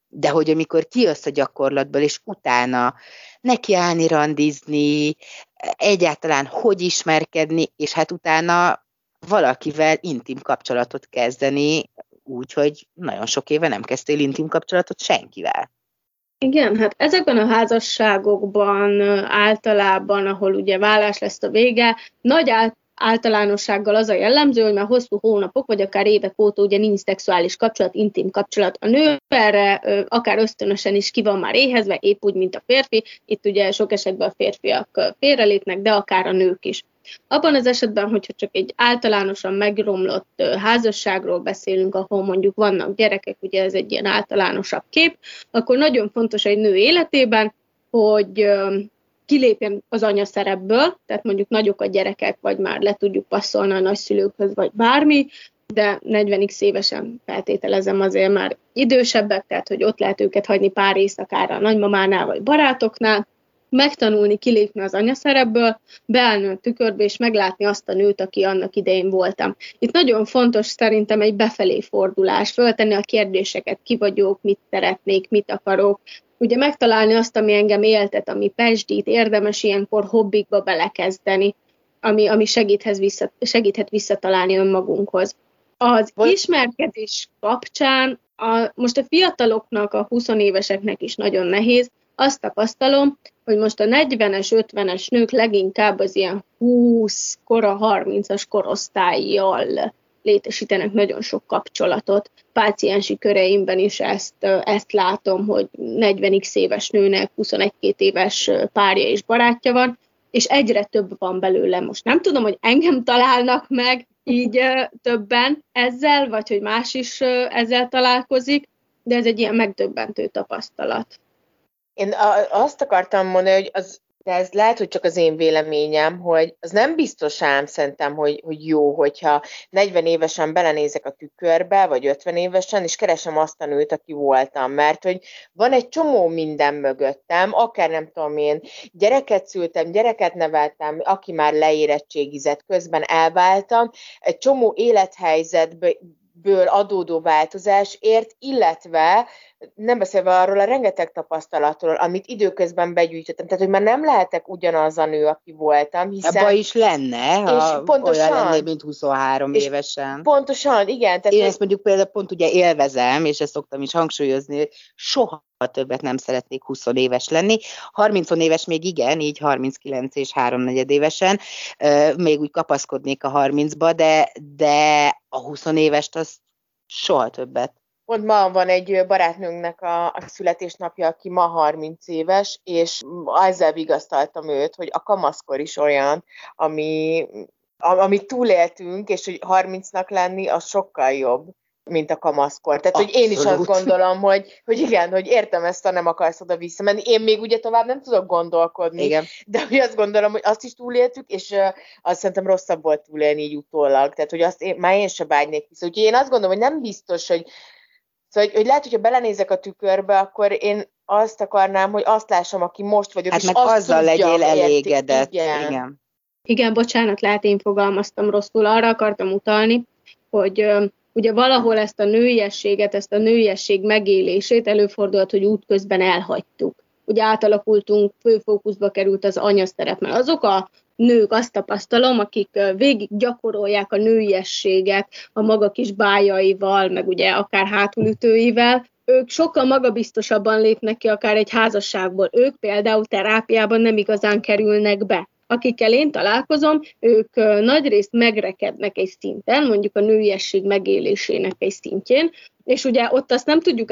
de hogy amikor kijössz a gyakorlatból, és utána nekiállni randizni, egyáltalán hogy ismerkedni, és hát utána valakivel intim kapcsolatot kezdeni, úgyhogy nagyon sok éve nem kezdtél intim kapcsolatot senkivel. Igen, hát ezekben a házasságokban általában, ahol ugye vállás lesz a vége, nagy általánossággal az a jellemző, hogy már hosszú hónapok, vagy akár évek óta ugye nincs szexuális kapcsolat, intim kapcsolat. A nő erre akár ösztönösen is ki van már éhezve, épp úgy, mint a férfi. Itt ugye sok esetben a férfiak félrelépnek, de akár a nők is. Abban az esetben, hogyha csak egy általánosan megromlott házasságról beszélünk, ahol mondjuk vannak gyerekek, ugye ez egy ilyen általánosabb kép, akkor nagyon fontos egy nő életében, hogy kilépjen az anyaszerepből, tehát mondjuk nagyok a gyerekek, vagy már le tudjuk passzolni a nagyszülőkhöz, vagy bármi, de negyven évesen feltételezem azért már idősebbek, tehát hogy ott lehet őket hagyni pár éjszakára a nagymamánál, vagy barátoknál, megtanulni kilépni az anyaszerepből, beállni a tükörbe, és meglátni azt a nőt, aki annak idején voltam. Itt nagyon fontos szerintem egy befelé fordulás, föltenni a kérdéseket, ki vagyok, mit szeretnék, mit akarok, ugye megtalálni azt, ami engem éltet, ami pesdít, érdemes ilyenkor hobbikba belekezdeni, ami, ami segíthet, vissza, segíthet visszatalálni önmagunkhoz. Az Vagy... ismerkedés kapcsán, a, most a fiataloknak, a huszonéveseknek is nagyon nehéz, azt tapasztalom, hogy most a negyvenes, ötvenes nők leginkább az ilyen húsz, kora harmincas korosztályjal létesítenek nagyon sok kapcsolatot. Páciensi köreimben is ezt, ezt látom, hogy negyven éves nőnek huszonegy-két éves párja és barátja van, és egyre több van belőle. Most nem tudom, hogy engem találnak meg így többen ezzel, vagy hogy más is ezzel találkozik, de ez egy ilyen megdöbbentő tapasztalat. Én azt akartam mondani, hogy az, de ez lehet, hogy csak az én véleményem, hogy az nem biztos ám szerintem, hogy, hogy jó, hogyha negyven évesen belenézek a tükörbe, vagy ötven évesen, és keresem azt a nőt, aki voltam, mert hogy van egy csomó minden mögöttem, akár nem tudom én, gyereket szültem, gyereket neveltem, aki már leérettségizett, közben elváltam, egy csomó élethelyzetből ből adódó változásért, illetve nem beszélve arról a rengeteg tapasztalatról, amit időközben begyűjtöttem. Tehát, hogy már nem lehetek ugyanaz a nő, aki voltam, hiszen... Abba is lenne, ha pontosan, olyan lennél, mint huszonhárom évesen. Pontosan, igen. Tehát Én ezt mondjuk például pont ugye élvezem, és ezt szoktam is hangsúlyozni, hogy soha többet nem szeretnék húsz éves lenni. harminc éves még igen, így harminckilenc és háromnegyed évesen, még úgy kapaszkodnék a harmincba, de, de a húsz évest az soha többet. Pont ma van egy barátnőnknek a, a születésnapja, aki ma harminc éves, és ezzel vigasztaltam őt, hogy a kamaszkor is olyan, ami, amit túléltünk, és hogy harmincnak lenni, az sokkal jobb, mint a kamaszkor. Tehát, Abszolút. Hogy én is azt gondolom, hogy, hogy igen, hogy értem ezt, ha nem akarsz oda visszamenni. Én még ugye tovább nem tudok gondolkodni, igen. De hogy azt gondolom, hogy azt is túléltük, és uh, azt szerintem rosszabb volt túlélni így utólag. Tehát, hogy azt én, már én sem vágynék vissza. Úgyhogy én azt gondolom, hogy nem biztos, hogy Szóval, hogy, hogy lehet, hogyha belenézek a tükörbe, akkor én azt akarnám, hogy azt lássam, aki most vagyok, hát és meg azt azzal tudjam, legyél elégedett. Igen. Igen. Igen, bocsánat, lehet én fogalmaztam rosszul. Arra akartam utalni, hogy uh, ugye valahol ezt a nőiességet, ezt a nőiesség megélését előfordult, hogy útközben elhagytuk. Ugye átalakultunk, főfókuszba került az anyaszerep, mert azok a nők, azt tapasztalom, akik végig gyakorolják a nőiességet a maga kis bájaival, meg ugye akár hátulütőivel, ők sokkal magabiztosabban lépnek ki akár egy házasságból. Ők például terápiában nem igazán kerülnek be. Akikkel én találkozom, ők nagyrészt megrekednek egy szinten, mondjuk a nőiesség megélésének egy szintjén, és ugye ott azt nem tudjuk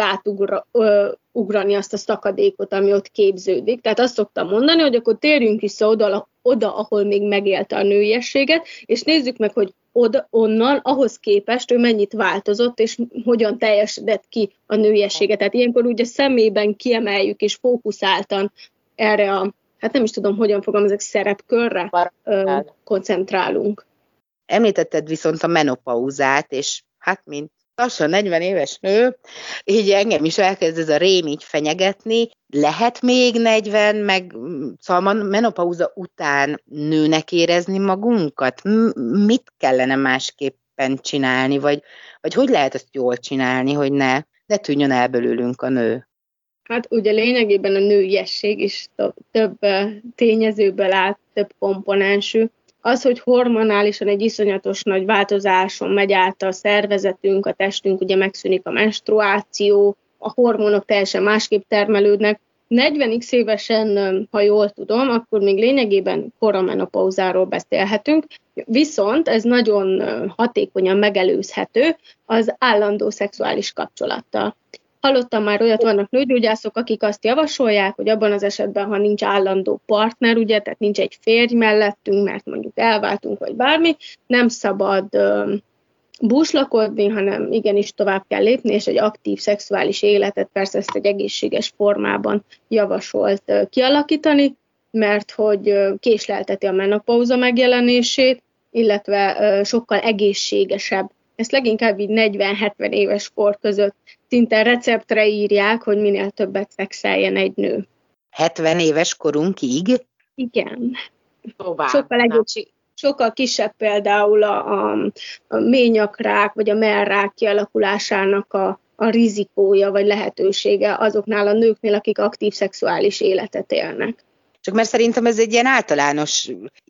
átugrani azt a szakadékot, ami ott képződik. Tehát azt szoktam mondani, hogy akkor térjünk vissza oda, oda ahol még megélte a nőiességet, és nézzük meg, hogy oda, onnan, ahhoz képest ő mennyit változott, és hogyan teljesedett ki a nőiességet. Tehát ilyenkor ugye szemében kiemeljük, és fókuszáltan erre a, hát nem is tudom, hogyan fogalmazok, szerepkörre ö, koncentrálunk. Említetted viszont a menopauzát, és hát mint lassan negyven éves nő, így engem is elkezd ez a rém így fenyegetni. Lehet még negyven, meg szóval menopauza után nőnek érezni magunkat? Mit kellene másképpen csinálni, vagy, vagy hogy lehet ezt jól csinálni, hogy ne ne tűnjön el belőlünk a nő. Hát ugye lényegében a nőiesség is több tényezőből áll, több komponensű. Az, hogy hormonálisan egy iszonyatos nagy változáson megy át a szervezetünk, a testünk, ugye megszűnik a menstruáció, a hormonok teljesen másképp termelődnek. negyven x évesen, ha jól tudom, akkor még lényegében koramenopauzáról beszélhetünk, viszont ez nagyon hatékonyan megelőzhető az állandó szexuális kapcsolattal. Hallottam már olyat, vannak nőgyógyászok, akik azt javasolják, hogy abban az esetben, ha nincs állandó partner, ugye, tehát nincs egy férj mellettünk, mert mondjuk elváltunk, vagy bármi, nem szabad uh, búslakodni, hanem igenis tovább kell lépni, és egy aktív szexuális életet, persze ezt egy egészséges formában javasolt uh, kialakítani, mert hogy uh, késlelteti a menopauza megjelenését, illetve uh, sokkal egészségesebb. Ezt leginkább így negyven-hetven éves kor között szinte receptre írják, hogy minél többet szexeljen egy nő. hetven éves korunkig? Igen. Tovább. Sokkal, egészség, sokkal kisebb például a, a, a ményakrák vagy a mellrák kialakulásának a, a rizikója vagy lehetősége azoknál a nőknél, akik aktív szexuális életet élnek. Csak mert szerintem ez egy ilyen általános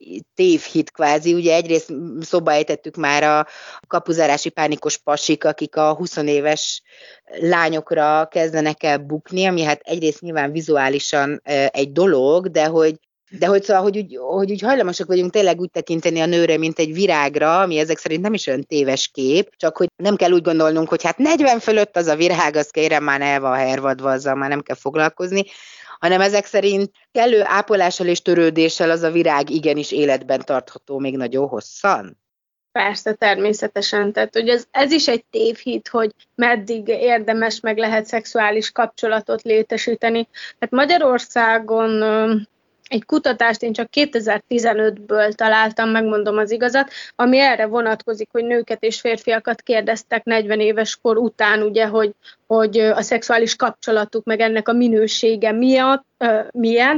tévhit kvázi, ugye egyrészt szóba ejtettük már a kapuzárási pánikos pasik, akik a huszonéves lányokra kezdenek el bukni, ami hát egyrészt nyilván vizuálisan egy dolog, de hogy De hogy, szóval, hogy, úgy, hogy úgy hajlamosak vagyunk tényleg úgy tekinteni a nőre, mint egy virágra, ami ezek szerint nem is olyan téves kép, csak hogy nem kell úgy gondolnunk, hogy hát negyven fölött az a virág, az kérem már el van hervadva, azzal már nem kell foglalkozni, hanem ezek szerint kellő ápolással és törődéssel az a virág igenis életben tartható még nagyon hosszan. Persze, természetesen. Tehát, hogy ez, ez is egy tévhit, hogy meddig érdemes meg lehet szexuális kapcsolatot létesíteni. Hát Magyarországon egy kutatást én csak kétezer-tizenötből találtam, megmondom az igazat, ami erre vonatkozik, hogy nőket és férfiakat kérdeztek negyven éves kor után, ugye, hogy, hogy a szexuális kapcsolatuk meg ennek a minősége miatt, uh, milyen,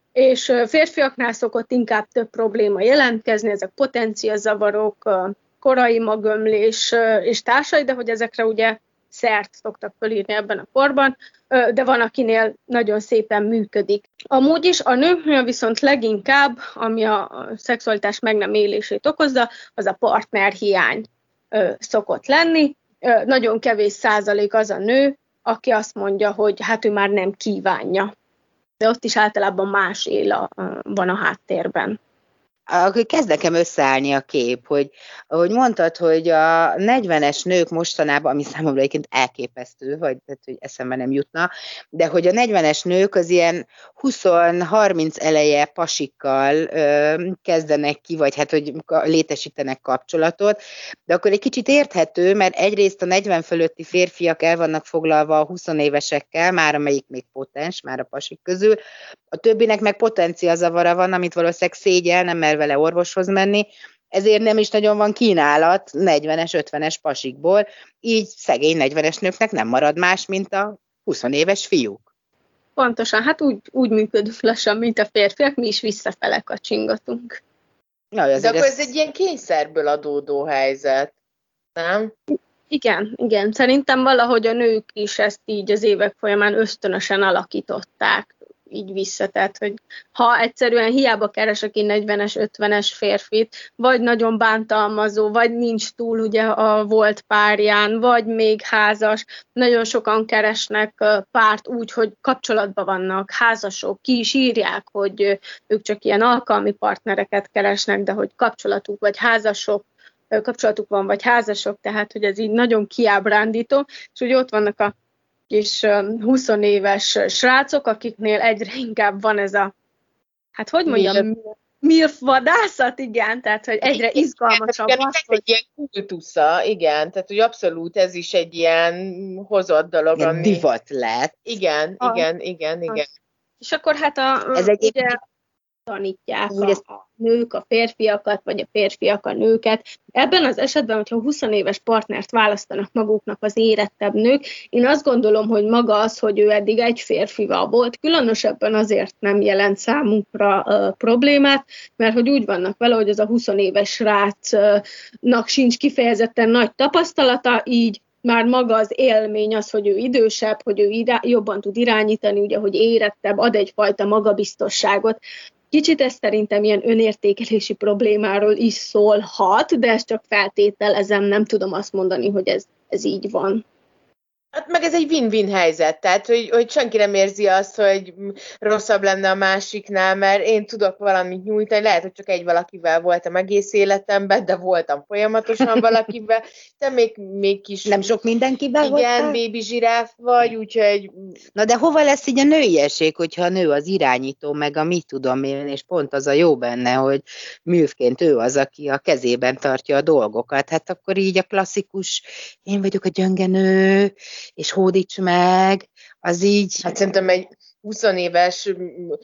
és férfiaknál szokott inkább több probléma jelentkezni, ezek potenciazavarok, uh, korai magömlés uh, és társai, de hogy ezekre ugye szert szoktak fölírni ebben a korban, de van, akinél nagyon szépen működik. Amúgy is a nőknél viszont leginkább, ami a szexualitás meg nem élését okozza, az a partnerhiány szokott lenni. Nagyon kevés százalék az a nő, aki azt mondja, hogy hát ő már nem kívánja. De ott is általában más él a, van a háttérben. Akkor kezd nekem összeállni a kép, hogy ahogy mondtad, hogy a negyvenes nők mostanában, ami számomra egyébként elképesztő, vagy tehát, hogy eszembe nem jutna, de hogy a negyvenes nők az ilyen húsz-harminc eleje pasikkal ö, kezdenek ki, vagy hát, hogy létesítenek kapcsolatot, de akkor egy kicsit érthető, mert egyrészt a negyven fölötti férfiak el vannak foglalva a huszonévesekkel, már amelyik még potens, már a pasik közül, a többinek meg potenciazavara van, amit valószínűleg szégyel, nem mer vele orvoshoz menni, ezért nem is nagyon van kínálat negyvenes, ötvenes pasikból, így szegény negyvenes nőknek nem marad más, mint a huszonéves fiúk. Pontosan, hát úgy, úgy működünk lassan, mint a férfiak, mi is visszafele kacsingatunk. Na, de akkor ez... ez egy ilyen kényszerből adódó helyzet, nem? Igen, igen. Szerintem valahogy a nők is ezt így az évek folyamán ösztönösen alakították így vissza. Tehát, hogy ha egyszerűen hiába keres aki negyvenes, ötvenes férfit, vagy nagyon bántalmazó, vagy nincs túl ugye a volt párján, vagy még házas, nagyon sokan keresnek párt úgy, hogy kapcsolatban vannak, házasok, ki is írják, hogy ők csak ilyen alkalmi partnereket keresnek, de hogy kapcsolatuk vagy házasok, kapcsolatuk van, vagy házasok, tehát, hogy ez így nagyon kiábrándító, és ugye ott vannak a kis huszonéves srácok, akiknél egyre inkább van ez a, hát hogy mondjam, milf vadászat, igen, tehát, hogy egyre izgalmasabb igen, az, ez hogy... egy ilyen kultusza, igen, tehát, hogy abszolút ez is egy ilyen hozott dolog, ilyen ami... divat lett. Igen, a, igen, igen, igen. És akkor hát a... Ez egy ugye, tanítják a, a nők a férfiakat, vagy a férfiak a nőket. Ebben az esetben, hogyha húsz éves partnert választanak maguknak az érettebb nők, én azt gondolom, hogy maga az, hogy ő eddig egy férfival volt, különösebben azért nem jelent számunkra uh, problémát, mert hogy úgy vannak vele, hogy az a húsz éves srácnak sincs kifejezetten nagy tapasztalata, így már maga az élmény az, hogy ő idősebb, hogy ő irá- jobban tud irányítani, ugye, hogy érettebb, ad egyfajta magabiztosságot. Kicsit ez szerintem ilyen önértékelési problémáról is szólhat, de ezt csak feltételezem, nem tudom azt mondani, hogy ez, ez így van. Hát meg ez egy win-win helyzet, tehát hogy, hogy senki nem érzi azt, hogy rosszabb lenne a másiknál, mert én tudok valamit nyújtani, lehet, hogy csak egy valakivel voltam egész életemben, de voltam folyamatosan valakivel, de még, még kis... Nem sok mindenkivel igen, voltál? Igen, baby zsiráf vagy, úgyhogy... Na de hova lesz így a nőiesség, hogyha a nő az irányító, meg a mit tudom én, és pont az a jó benne, hogy művként ő az, aki a kezében tartja a dolgokat. Hát akkor így a klasszikus, én vagyok a gyönge nő, és hódíts meg, az így... Hát szerintem egy húsz éves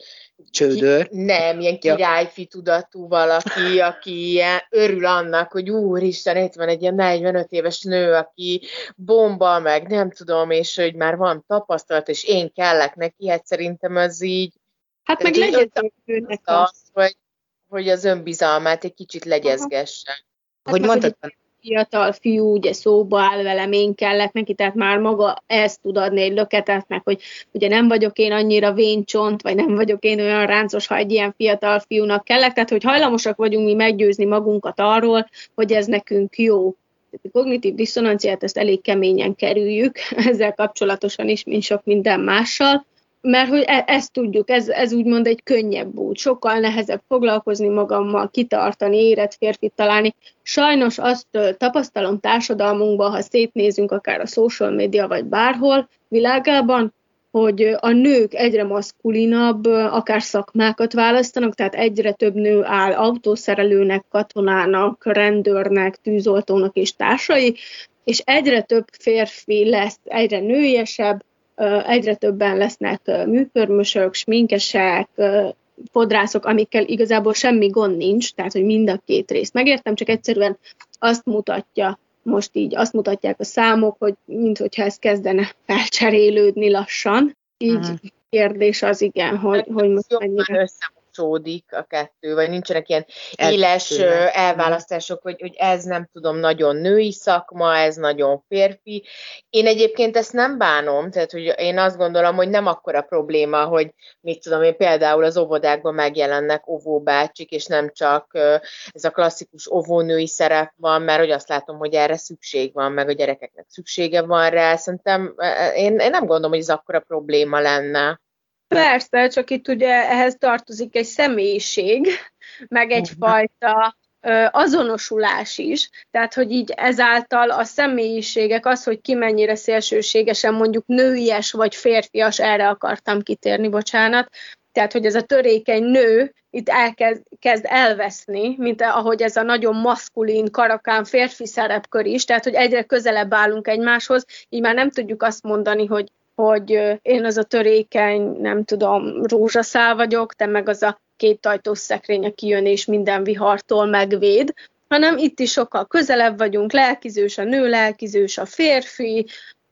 csődör. Ki, nem, ilyen királyfi tudatú valaki, aki ilyen örül annak, hogy úristen, itt van egy ilyen negyvenöt éves nő, aki bomba, meg nem tudom, és hogy már van tapasztalat, és én kellek neki, hát szerintem az így... Hát meg legyen nőnek az, hogy, hogy az önbizalmát egy kicsit legyezgesse. Hát hogy mondtad, hogy fiatal fiú, ugye szóba áll velem, én kellek neki, tehát már maga ezt tud adni egy löketet, meg hogy ugye nem vagyok én annyira véncsont, vagy nem vagyok én olyan ráncos, ha egy ilyen fiatal fiúnak kellek, tehát hogy hajlamosak vagyunk mi meggyőzni magunkat arról, hogy ez nekünk jó. A kognitív diszonanciát ezt elég keményen kerüljük, ezzel kapcsolatosan is, mint sok minden mással, mert hogy e- ezt tudjuk, ez, ez úgymond egy könnyebb út, sokkal nehezebb foglalkozni magammal, kitartani, érett férfit találni. Sajnos azt tapasztalom társadalmunkban, ha szétnézünk akár a social media vagy bárhol világában, hogy a nők egyre maszkulinabb, akár szakmákat választanak, tehát egyre több nő áll autószerelőnek, katonának, rendőrnek, tűzoltónak és társai, és egyre több férfi lesz, egyre nőiesebb, egyre többen lesznek műkörmösök, sminkesek, fodrászok, amikkel igazából semmi gond nincs, tehát hogy mind a két részt megértem, csak egyszerűen azt mutatja, most így azt mutatják a számok, hogy minthogyha ez kezdene felcserélődni lassan. Így uh-huh. Kérdés az igen, hogy, hogy most mennyire... összemosódik a kettő, vagy nincsenek ilyen éles elválasztások, hogy, hogy ez nem tudom, nagyon női szakma, ez nagyon férfi. Én egyébként ezt nem bánom, tehát hogy én azt gondolom, hogy nem akkora probléma, hogy mit tudom én, például az óvodákban megjelennek óvóbácsik, és nem csak ez a klasszikus óvónői szerep van, mert hogy azt látom, hogy erre szükség van, meg a gyerekeknek szüksége van rá. Szerintem én, én nem gondolom, hogy ez akkora probléma lenne. Persze, csak itt ugye ehhez tartozik egy személyiség, meg egyfajta ö, azonosulás is. Tehát, hogy így ezáltal a személyiségek, az, hogy ki mennyire szélsőségesen mondjuk nőies vagy férfias, erre akartam kitérni, bocsánat. Tehát, hogy ez a törékeny nő itt elkezd kezd elveszni, mint ahogy ez a nagyon maszkulin, karakán férfi szerepkör is, tehát, hogy egyre közelebb állunk egymáshoz, így már nem tudjuk azt mondani, hogy hogy én az a törékeny, nem tudom, rózsaszál vagyok, te meg az a két ajtós szekrény, aki jön és minden vihartól megvéd, hanem itt is sokkal közelebb vagyunk, lelkizős a nő, lelkizős a férfi,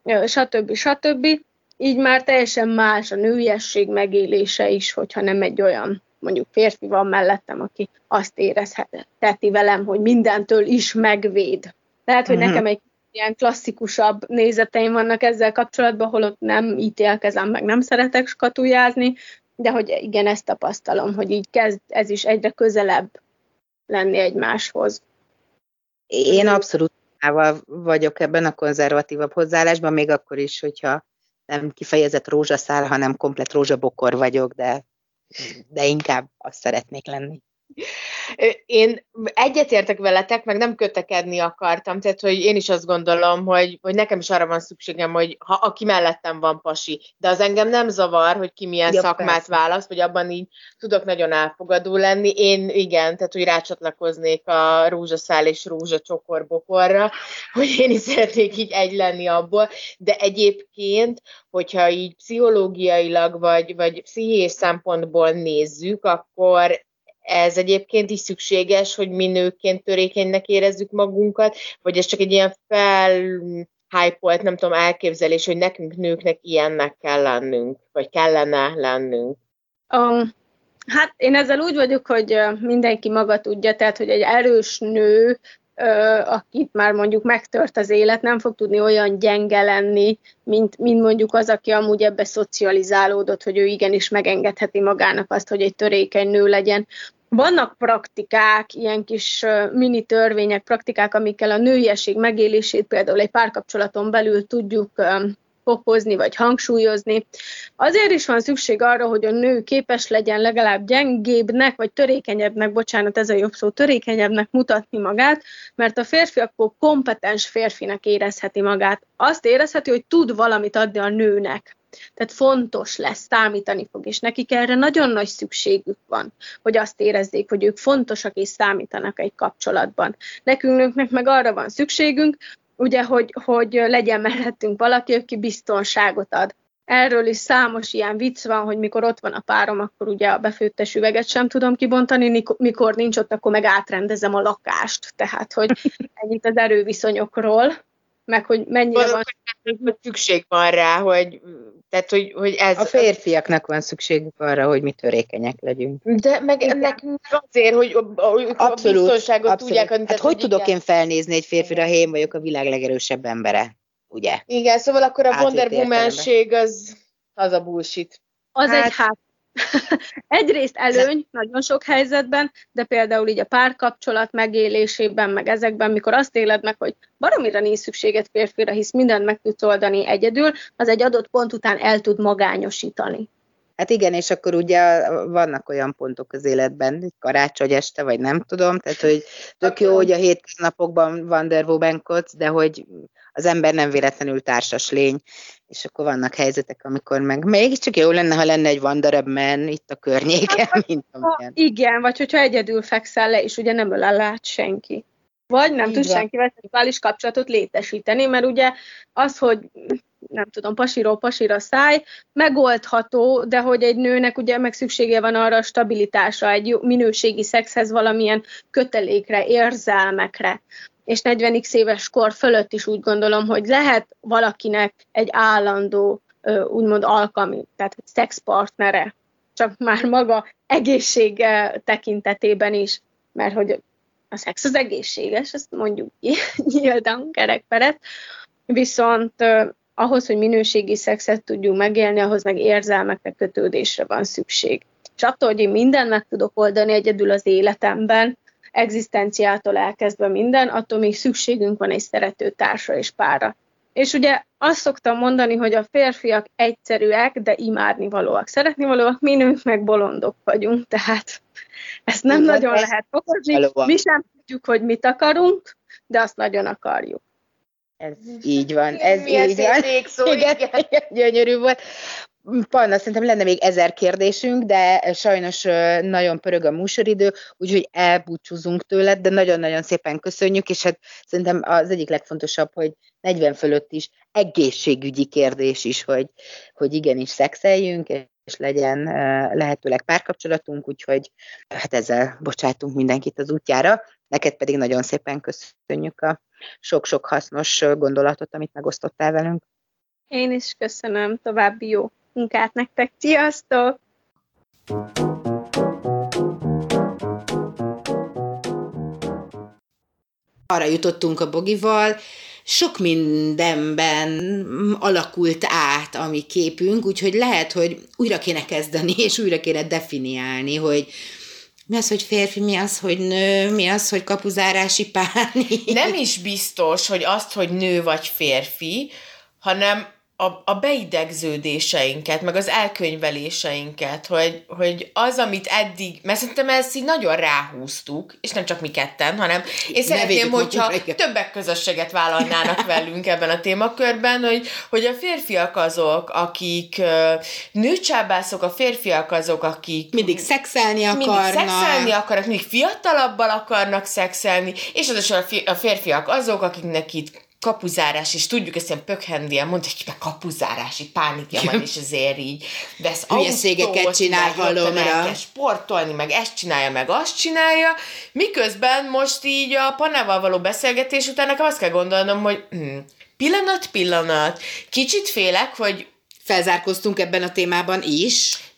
stb. stb. Így már teljesen más a nőiesség megélése is, hogyha nem egy olyan, mondjuk férfi van mellettem, aki azt érezheti velem, hogy mindentől is megvéd. Lehet, hogy uh-huh. nekem egy ilyen klasszikusabb nézeteim vannak ezzel kapcsolatban, holott nem ítélkezem, meg nem szeretek skatujázni, de hogy igen, ezt tapasztalom, hogy így kezd ez is egyre közelebb lenni egymáshoz. Én abszolút vagyok ebben a konzervatívabb hozzáállásban, még akkor is, hogyha nem kifejezett rózsaszál, hanem komplet rózsabokor vagyok, de, de inkább azt szeretnék lenni. Én egyetértek veletek, meg nem kötekedni akartam, tehát hogy én is azt gondolom, hogy, hogy nekem is arra van szükségem, hogy ha aki mellettem van pasi, de az engem nem zavar, hogy ki milyen ja, szakmát persze. választ, vagy abban így tudok nagyon elfogadó lenni. Én igen, tehát hogy rácsatlakoznék a rózsaszál és rózsacsokorbokorra, hogy én is szeretnék így egy lenni abból, de egyébként, hogyha így pszichológiailag, vagy, vagy pszichés szempontból nézzük, akkor ez egyébként is szükséges, hogy mi nőként törékenynek érezzük magunkat, vagy ez csak egy ilyen felhypolt, nem tudom, elképzelés, hogy nekünk nőknek ilyennek kell lennünk, vagy kellene lennünk? Um, hát én ezzel úgy vagyok, hogy mindenki maga tudja, tehát hogy egy erős nő akit már mondjuk megtört az élet, nem fog tudni olyan gyenge lenni, mint, mint mondjuk az, aki amúgy ebbe szocializálódott, hogy ő igenis megengedheti magának azt, hogy egy törékeny nő legyen. Vannak praktikák, ilyen kis mini törvények, praktikák, amikkel a nőiesség megélését például egy párkapcsolaton belül tudjuk fokozni vagy hangsúlyozni. Azért is van szükség arra, hogy a nő képes legyen legalább gyengébbnek, vagy törékenyebbnek, bocsánat, ez a jobb szó, törékenyebbnek mutatni magát, mert a férfi akkor kompetens férfinek érezheti magát. Azt érezheti, hogy tud valamit adni a nőnek. Tehát fontos lesz, számítani fog, és nekik erre nagyon nagy szükségük van, hogy azt érezzék, hogy ők fontosak és számítanak egy kapcsolatban. Nekünk nőknek meg arra van szükségünk, ugye, hogy, hogy legyen mellettünk valaki, aki biztonságot ad. Erről is számos ilyen vicc van, hogy mikor ott van a párom, akkor ugye a befőttes üveget sem tudom kibontani, mikor nincs ott, akkor meg átrendezem a lakást. Tehát, hogy ennyit az erőviszonyokról, meg hogy mennyire van... Hogy szükség van rá, hogy, tehát, hogy, hogy ez... A férfiaknak van szükségük arra, hogy mi törékenyek legyünk. De meg igen. Nekünk azért, hogy a, a, abszolút, a biztonságot abszolút. tudják adni. Hát hogy, hogy tudok igen. én felnézni egy férfira, ha én vagyok a világ legerősebb embere, ugye? Igen, szóval akkor a Wonder Woman-ség az, az a bullshit. Az hát... egy hát. Egyrészt előny nagyon sok helyzetben, de például így a párkapcsolat megélésében, meg ezekben, mikor azt éled meg, hogy baromira nincs szükséged férfira, hisz mindent meg tudsz oldani egyedül, az egy adott pont után el tud magányosítani. Hát igen, és akkor ugye vannak olyan pontok az életben, karácsony este, vagy nem tudom, tehát hogy tök jó, hogy a hétköznapokban Wonder Woman-kodsz, de hogy az ember nem véletlenül társas lény, és akkor vannak helyzetek, amikor meg mégiscsak jó lenne, ha lenne egy Wonder Woman itt a környéken, hát, mint amilyen. Igen, vagy hogyha egyedül fekszel le, és ugye nem ölel át senki. Vagy nem tud senkivel szexuális kapcsolatot létesíteni, mert ugye az, hogy nem tudom, pasiról pasira száj, megoldható, de hogy egy nőnek ugye meg szüksége van arra a stabilitásra, egy jó minőségi szexhez valamilyen kötelékre, érzelmekre. És negyven éves kor fölött is úgy gondolom, hogy lehet valakinek egy állandó, úgymond alkalmi, tehát szexpartnere, csak már maga egészség tekintetében is, mert hogy a szex az egészséges, ezt mondjuk nyíltan kerekperet, viszont ahhoz, hogy minőségi szexet tudjunk megélni, ahhoz meg érzelmekre, kötődésre van szükség. És attól, hogy én mindent meg tudok oldani egyedül az életemben, egzisztenciától elkezdve minden, attól még szükségünk van egy szerető társra és párra. És ugye azt szoktam mondani, hogy a férfiak egyszerűek, de imádnivalóak. Szeretnivalóak, mi nők meg bolondok vagyunk, tehát ezt nem igen, nagyon lehet fokozni. Mi sem tudjuk, hogy mit akarunk, de azt nagyon akarjuk. Ez így van, ez Milyen így van. Szó, igen, igen. Gyönyörű volt. Panna, szerintem lenne még ezer kérdésünk, de sajnos nagyon pörög a műsoridő, úgyhogy elbúcsúzunk tőled, de nagyon-nagyon szépen köszönjük, és hát szerintem az egyik legfontosabb, hogy negyven fölött is egészségügyi kérdés is, hogy, hogy igenis szexeljünk, és legyen lehetőleg párkapcsolatunk, úgyhogy hát ezzel bocsátunk mindenkit az útjára. Neked pedig nagyon szépen köszönjük a sok-sok hasznos gondolatot, amit megosztottál velünk. Én is köszönöm, további jó munkát nektek. Sziasztok! Arra jutottunk a Bogival, sok mindenben alakult át a mi képünk, úgyhogy lehet, hogy újra kéne kezdeni, és újra kéne definiálni, hogy mi az, hogy férfi, mi az, hogy nő, mi az, hogy kapuzárási páni. Nem is biztos, hogy azt, hogy nő vagy férfi, hanem a, a beidegződéseinket, meg az elkönyveléseinket, hogy, hogy az, amit eddig, mert szerintem ezt így nagyon ráhúztuk, és nem csak mi ketten, hanem én szeretném, hogyha többek közösséget vállalnának velünk ebben a témakörben, hogy, hogy a férfiak azok, akik nőcsábászok, a férfiak azok, akik mindig szexelni akarnak, mindig szexelni akarnak, mindig fiatalabbal akarnak szexelni, és az a férfiak azok, akiknek itt kapuzárás, és tudjuk ezt ilyen pökhendien mondani, hogy meg kapuzárási pánikja van, és ezért így vesz autót, csinál halomra, sportolni, meg ezt csinálja, meg azt csinálja, miközben most így a Pannával való beszélgetés után nekem azt kell gondolnom, hogy hm, pillanat, pillanat, kicsit félek, hogy felzárkoztunk ebben a témában is,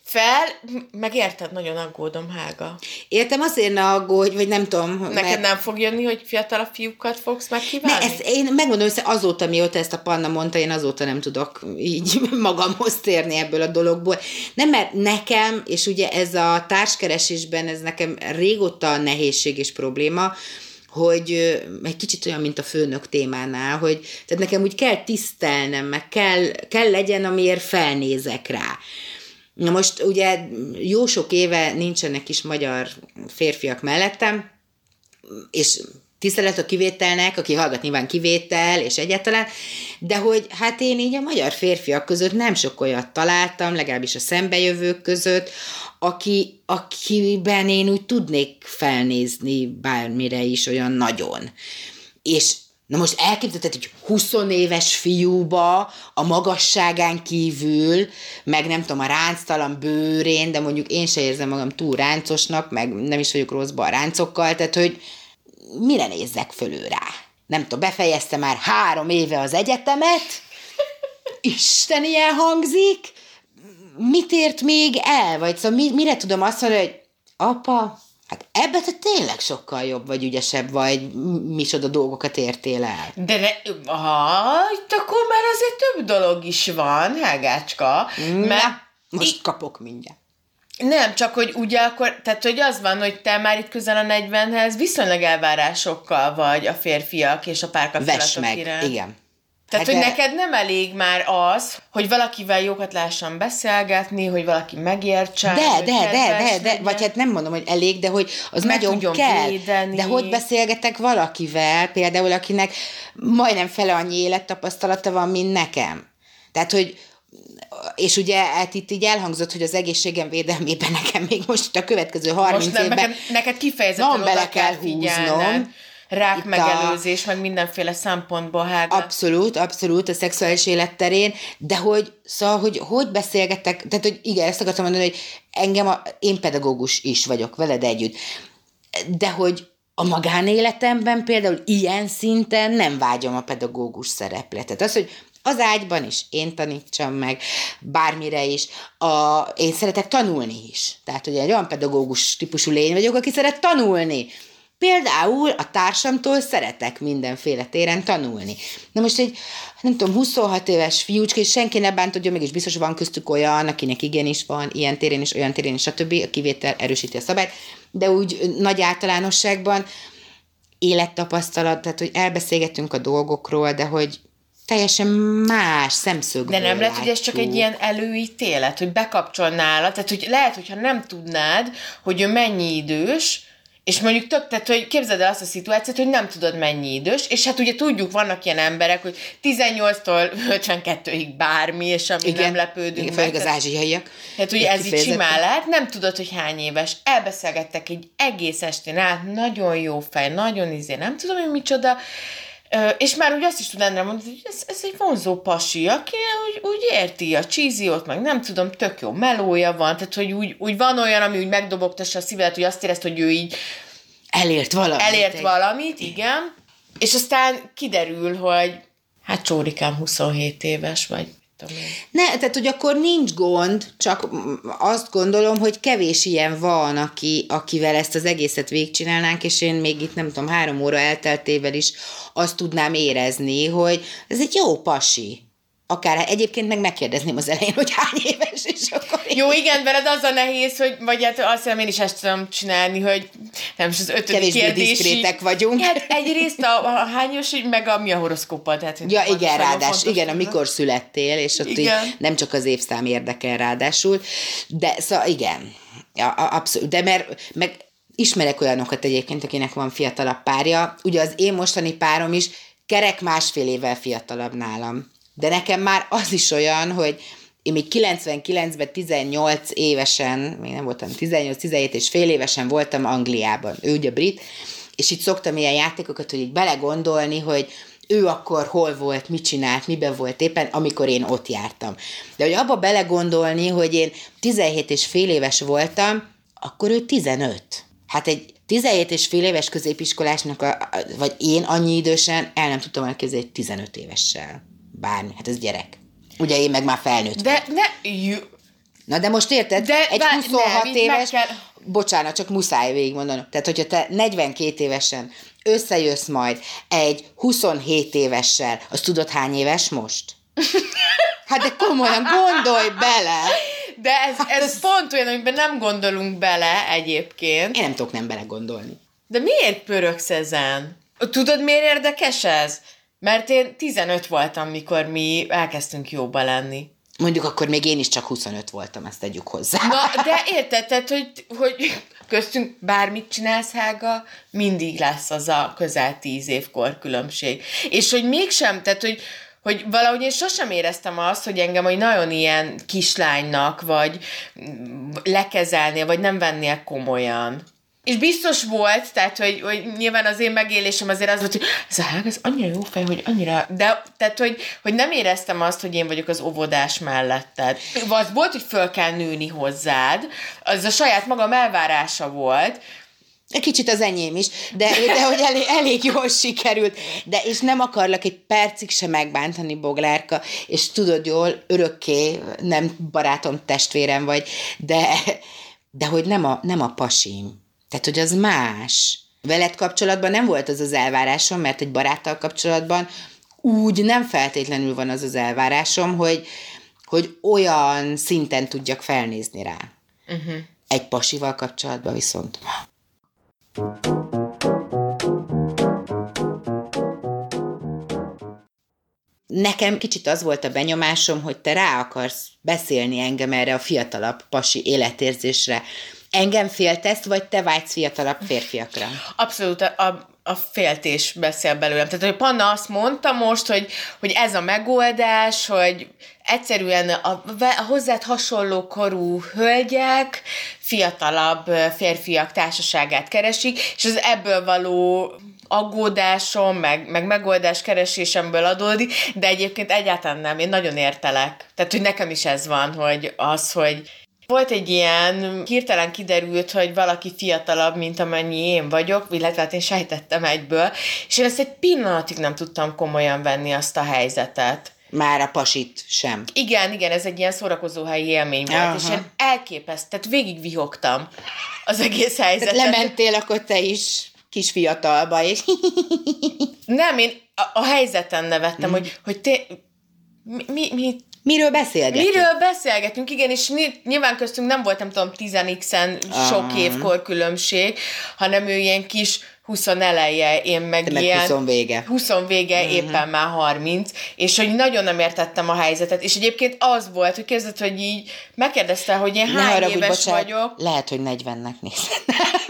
fel, meg érted, nagyon aggódom, Hága. Értem, azért ne aggódj, vagy nem tudom. Neked mert... nem fog jönni, hogy fiatalabb fiúkat fogsz megkívánni? Ne, ezt én megmondom, hogy azóta, mióta ezt a Panna mondta, én azóta nem tudok így magamhoz térni ebből a dologból. Nem, mert nekem, és ugye ez a társkeresésben, ez nekem régóta nehézség és probléma, hogy egy kicsit olyan, mint a főnök témánál, hogy tehát nekem úgy kell tisztelnem, meg kell, kell legyen, amiért felnézek rá. Na most ugye jó sok éve nincsenek is magyar férfiak mellettem, és tisztelet a kivételnek, aki hallgat nyilván kivétel, és egyáltalán, de hogy hát én így a magyar férfiak között nem sok olyat találtam, legalábbis a szembejövők között, aki, akiben én úgy tudnék felnézni bármire is olyan nagyon. És na most elképzelted, hogy húsz éves fiúba a magasságán kívül, meg nem tudom, a ránctalan bőrén, de mondjuk én se érzem magam túl ráncosnak, meg nem is vagyok rosszba a ráncokkal, tehát hogy mire nézzek fölül rá? Nem tudom, befejezte már három éve az egyetemet, Isten, ilyen hangzik, mit ért még el? Vagy szóval mi, mire tudom azt mondani, hogy apa, hát ebben te tényleg sokkal jobb vagy, ügyesebb vagy, micsoda dolgokat értél el. De ne, ha, akkor már azért több dolog is van, Hágácska. Mert Na, most í- kapok mindjárt. Nem, csak hogy ugye akkor, tehát hogy az van, hogy te már itt közel a negyvenhez viszonylag elvárásokkal vagy a férfiak és a párkapcsolatok meg, iránt. igen. Tehát, hát hogy de... neked nem elég már az, hogy valakivel jókat lássan beszélgetni, hogy valaki megértsen. De, de, de, de, de, vagy hát nem mondom, hogy elég, de hogy az meg nagyon kell. Védeni. De hogy beszélgetek valakivel, például akinek majdnem fele annyi élettapasztalata van, mint nekem. Tehát, hogy és ugye hát itt így elhangzott, hogy az egészségem védelmében nekem még most a következő harminc most nem, évben neked, neked kifejezetten bele kell húznom. Rák megelőzés, a... meg mindenféle szempontból, Hága. Abszolút, abszolút a szexuális életterén, de hogy, szóval, hogy hogy beszélgetek, tehát, hogy igen, ezt akartam mondani, hogy engem, a, én pedagógus is vagyok veled együtt, de hogy a magánéletemben például ilyen szinten nem vágyom a pedagógus szerepre. Tehát az, hogy az ágyban is én tanítsam meg, bármire is. A, én szeretek tanulni is. Tehát, hogy egy olyan pedagógus típusú lény vagyok, aki szeret tanulni. Például a társamtól szeretek mindenféle téren tanulni. Na most egy, nem tudom, huszonhat éves fiúcska, és senki ne bántodjon, mégis biztos van köztük olyan, akinek igenis van, ilyen téren is, olyan téren is, stb. A kivétel erősíti a szabályt, de úgy nagy általánosságban élettapasztalat, tehát, hogy elbeszélgetünk a dolgokról, de hogy teljesen más szemszögből De nem lehet, hogy ez csak egy ilyen előítélet, hogy bekapcsol nála, tehát hogy lehet, hogyha nem tudnád, hogy ő mennyi idős, és mondjuk tök, tehát, hogy képzeld el azt a szituációt, hogy nem tudod mennyi idős, és hát ugye tudjuk, vannak ilyen emberek, hogy tizennyolctól ötvenkettőig bármi, és ami igen, nem lepődünk igen, meg. Igen, az ázsiaiak. Hát ugye ez így simán lehet, nem tudod, hogy hány éves. Elbeszélgettek egy egész estén át, nagyon jó fej, nagyon izé, nem tudom, hogy micsoda, és már úgy azt is tudnám rá mondani, hogy ez, ez egy vonzó pasi, aki úgy, úgy érti a cheesy-ot, meg nem tudom, tök jó melója van, tehát hogy úgy, úgy van olyan, ami úgy megdobogtassa a szívedet, hogy azt érezd, hogy ő így elért valamit. Elért egy... valamit, igen. És aztán kiderül, hogy hát csórikám huszonhét éves, vagy ne, tehát, hogy akkor nincs gond, csak azt gondolom, hogy kevés ilyen van, aki, akivel ezt az egészet végigcsinálnánk, és én még itt nem tudom, három óra elteltével is azt tudnám érezni, hogy ez egy jó pasi. Akár egyébként meg megkérdezném az elején, hogy hány éves, és akkor... Jó, igen, veled az a nehéz, hogy, vagy hát azt hiszem, én is ezt tudom csinálni, hogy nem is az ötödik kevésbé kérdés. Kevésbé diszkrétek vagyunk. Hát egyrészt a, a hányos, meg a mi a horoszkóppal. Tehát, ja, igen, ráadás, igen, amikor születtél, és ott így nem csak az évszám érdekel ráadásul, de szóval igen, ja, abszolút, de mert meg ismerek olyanokat egyébként, akinek van fiatalabb párja, ugye az én mostani párom is kerek másfél évvel fiatalabb nálam. De nekem már az is olyan, hogy én még kilencvenkilencben tizennyolc évesen, még nem voltam tizennyolc-tizenhét és fél évesen voltam Angliában. Ő ugye brit, és itt szoktam ilyen játékokat, hogy így belegondolni, hogy ő akkor hol volt, mit csinált, miben volt éppen, amikor én ott jártam. De hogy abba belegondolni, hogy én tizenhét és fél éves voltam, akkor ő tizenöt. Hát egy tizenhét és fél éves középiskolásnak, a, vagy én annyi idősen el nem tudtam elkezdeni egy tizenöt évessel. Bármi, hát ez gyerek. Ugye én meg már felnőtt. De ne, jó. Na de most érted? De, egy bár, huszonhat nem, éves, kell... bocsánat, csak muszáj végigmondanom. Tehát, hogyha te negyvenkét évesen összejössz majd egy huszonhét évessel, azt tudod hány éves most? Hát de komolyan, gondolj bele! De ez, hát ez, ez pont olyan, amiben nem gondolunk bele egyébként. Én nem tudok nem bele gondolni. De miért pöröksz ezen? Tudod, miért érdekes ez? Mert én tizenöt voltam, mikor mi elkezdtünk jóba lenni. Mondjuk akkor még én is csak huszonöt voltam, ezt tegyük hozzá. Na, de érted, tehát, hogy, hogy köztünk bármit csinálsz, Hága, mindig lesz az a közel tíz év korkülönbség. És hogy mégsem, tehát, hogy hogy valahogy én sosem éreztem azt, hogy engem hogy nagyon ilyen kislánynak, vagy lekezelnél, vagy nem vennél komolyan. És biztos volt, tehát, hogy, hogy nyilván az én megélésem azért az volt, hogy ez a Hága, ez annyira jó fej, hogy annyira... De, tehát, hogy, hogy nem éreztem azt, hogy én vagyok az óvodás melletted. Az volt, hogy föl kell nőni hozzád, az a saját magam elvárása volt. Egy kicsit az enyém is, de, de hogy elég, elég jól sikerült. De és nem akarlak egy percig se megbántani, Boglárka, és tudod jól, örökké nem barátom, testvérem vagy, de, de hogy nem a, nem a pasim. Tehát, hogy az más. Veled kapcsolatban nem volt az az elvárásom, mert egy baráttal kapcsolatban úgy nem feltétlenül van az az elvárásom, hogy, hogy olyan szinten tudjak felnézni rá. Uh-huh. Egy pasival kapcsolatban viszont... Nekem kicsit az volt a benyomásom, hogy te rá akarsz beszélni engem erre a fiatalabb pasi életérzésre. Engem féltesz, vagy te vágysz fiatalabb férfiakra? Abszolút a, a féltés beszél belőlem. Tehát, hogy Panna azt mondta most, hogy, hogy ez a megoldás, hogy egyszerűen a, a hozzád hasonló korú hölgyek fiatalabb férfiak társaságát keresik, és az ebből való aggódásom, meg, meg megoldás keresésemből adódik, de egyébként egyáltalán nem. Én nagyon értelek. Tehát, hogy nekem is ez van, hogy az, hogy volt egy ilyen, hirtelen kiderült, hogy valaki fiatalabb, mint amennyi én vagyok, illetve hát én sejtettem egyből, és én ezt egy pillanatig nem tudtam komolyan venni azt a helyzetet. Már a pasit sem. Igen, igen, ez egy ilyen szórakozóhelyi élmény volt, aha. És én elképesztett, tehát végig vihogtam az egész helyzetet. Tehát lementél akkor te is kis fiatalba, és... Nem, én a, a helyzeten nevettem, mm. hogy, hogy te... Mi, mi, mi Miről beszélgetünk? Miről beszélgetünk, igen, és nyilván köztünk nem volt, nem tudom, tizeniksen sok év korkülönbség, hanem ő ilyen kis huszon eleje, én meg Te ilyen... meg huszon vége. huszon vége, uh-huh. éppen már harminc, és hogy nagyon nem értettem a helyzetet, és egyébként az volt, hogy kezdett, hogy így megkérdezte, hogy én hány haragudj, éves bocsánat, vagyok. Lehet, hogy negyvennek nézed.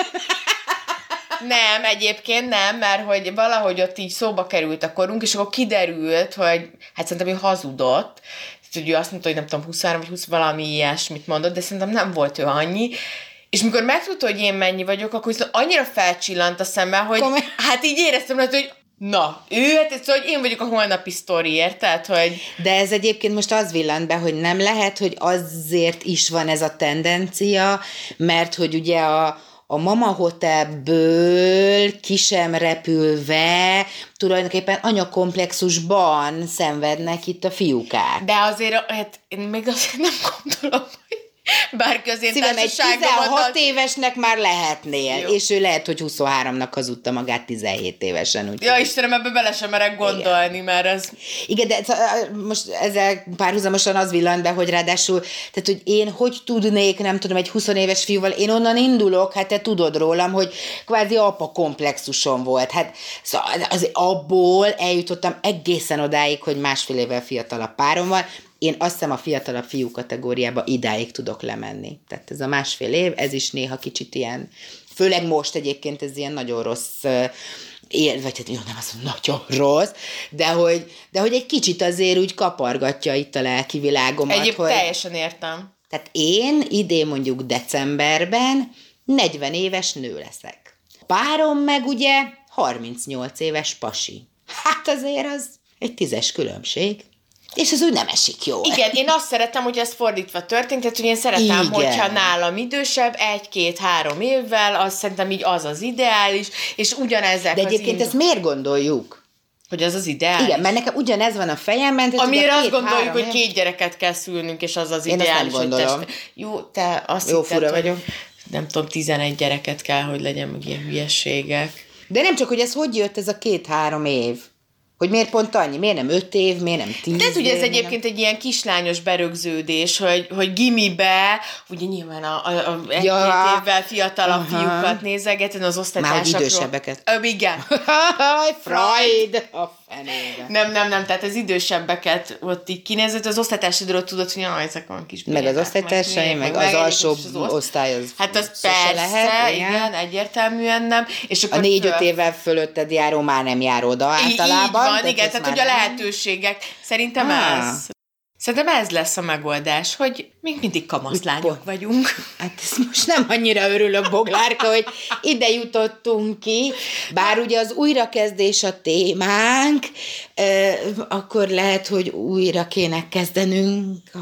Nem, egyébként nem, mert hogy valahogy ott így szóba került a korunk, és akkor kiderült, hogy hát szerintem ő hazudott, hogy ő azt mondta, hogy nem tudom, huszonhárom vagy húsz valami ilyesmit mondott, de szerintem nem volt ő annyi. És mikor megtudta, hogy én mennyi vagyok, akkor viszont annyira felcsillant a szemem, hogy Komolyan? Hát így éreztem rá, hogy na, ő, hát szóval, hogy én vagyok a holnapi sztori, érted? Hogy... De ez egyébként most az villant be, hogy nem lehet, hogy azért is van ez a tendencia, mert hogy ugye a a Mama Hotelből ki sem repülve tulajdonképpen anyakomplexusban szenvednek itt a fiúkák. De azért, hát én még azért nem gondolom, hogy bárki az én Szívem, egy tizenhat évesnek már lehetnél, jó. És ő lehet, hogy huszonháromnak hazudta magát tizenhét évesen. Úgy ja, Istenem, ebbe bele sem merek gondolni, igen. Mert ez... Igen, de most ezzel párhuzamosan az villant be, hogy ráadásul, tehát, hogy én hogy tudnék, nem tudom, egy húsz éves fiúval, én onnan indulok, hát te tudod rólam, hogy kvázi apa komplexusom volt. Hát szóval az, abból eljutottam egészen odáig, hogy másfél évvel fiatalabb párom van. Én azt hiszem a fiatalabb fiú kategóriába idáig tudok lemenni. Tehát ez a másfél év, ez is néha kicsit ilyen, főleg most egyébként ez ilyen nagyon rossz él, vagy hát jó, nem az nagyon rossz, de hogy, de hogy egy kicsit azért úgy kapargatja itt a lelki világomat. Egyéb hogy, teljesen értem. Tehát én idén mondjuk decemberben negyven éves nő leszek. Párom meg ugye harmincnyolc éves pasi. Hát azért az egy tízes különbség. És ez úgy nem esik jól. Igen, én azt szeretem, hogy ez fordítva történt, tehát hogy én szeretem, igen. Hogyha nálam idősebb, egy-két-három évvel, azt szerintem így az az ideális, és ugyanezek de az egyébként indul... ezt miért gondoljuk? Hogy az az ideális. Igen, mert nekem ugyanez van a fejemben. Amire azt két, gondoljuk, három, hogy két gyereket kell szülnünk, és az az Én ideális, hogy test... Jó, te azt Jó, hitted, fura hogy vagyok. nem tudom, tizenegy gyereket kell, hogy legyen meg ilyen hülyességek. De nem csak, hogy ez hogy jött ez a két-három év. Hogy miért pont annyi? Miért nem öt év, miért nem tíz De ez ugye ez év, egyébként nem... egy ilyen kislányos berögződés, hogy, hogy gimibe, ugye nyilván a, a, a egy-két Ja. évvel fiatalabb uh-huh. fiúkat nézegeten az osztálytársakról. Már idősebbeket. Ö, igen. Freud! A fenébe. Nem, nem, nem, tehát az idősebbeket ott így kinézett, az osztálytársadról tudod, hogy jaj, ezek van kis Meg az bébek, osztálytársaim, meg, meg az alsóbb az oszt... osztály az Hát az sose persze, lehet, igen, igen, egyértelműen nem. És akkor a négy-öt föl... évvel fölötted járó már nem jár oda általában. Így van, tehát igen, ez tehát már hogy a nem- lehetőségek, szerintem Ah. ez. Szerintem ez lesz a megoldás, hogy még mindig kamaszlányok Pont. vagyunk. Hát ezt most nem annyira örülök, Boglárka, hogy ide jutottunk ki, bár ugye az újrakezdés a témánk, euh, akkor lehet, hogy újra kéne kezdenünk a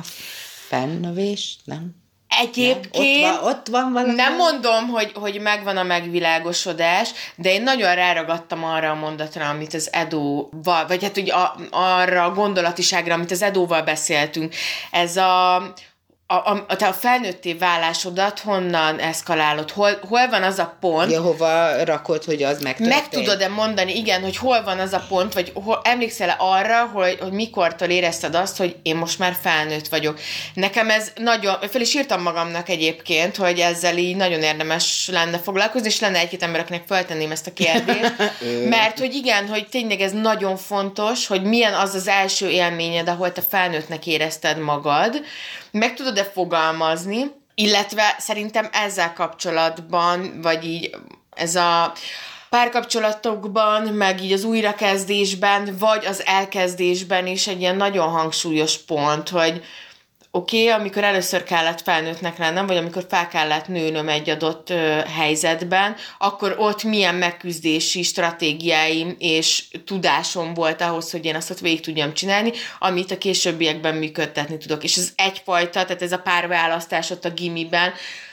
fennövést, nem? Egyébként Nem, ott van, ott van valami. nem mondom, hogy, hogy megvan a megvilágosodás, de én nagyon ráragadtam arra a mondatra, amit az Edóval, vagy hát ugye a, arra a gondolatiságra, amit az Edóval beszéltünk. Ez a... A, a, a, te a felnőtté válásodat honnan eszkalálod? Hol, hol van az a pont? Ja, hova rakod, hogy az megtörtént? Meg tudod-e mondani, igen, hogy hol van az a pont, vagy hol, emlékszel-e arra, hogy, hogy mikortól érezted azt, hogy én most már felnőtt vagyok. Nekem ez nagyon, fel is írtam magamnak egyébként, hogy ezzel így nagyon érdemes lenne foglalkozni, és lenne egy-két ember, akinek feltenném ezt a kérdést. Mert hogy igen, hogy tényleg ez nagyon fontos, hogy milyen az az első élményed, ahol te felnőttnek érezted magad, meg tudod-e fogalmazni, illetve szerintem ezzel kapcsolatban, vagy így ez a párkapcsolatokban, meg így az újrakezdésben, vagy az elkezdésben is egy ilyen nagyon hangsúlyos pont, hogy oké, okay, amikor először kellett felnőttnek lennem, vagy amikor fel kellett nőnöm egy adott ö, helyzetben, akkor ott milyen megküzdési stratégiáim és tudásom volt ahhoz, hogy én azt ott végig tudjam csinálni, amit a későbbiekben működtetni tudok. És ez egyfajta, tehát ez a párválasztás ott a gimiben,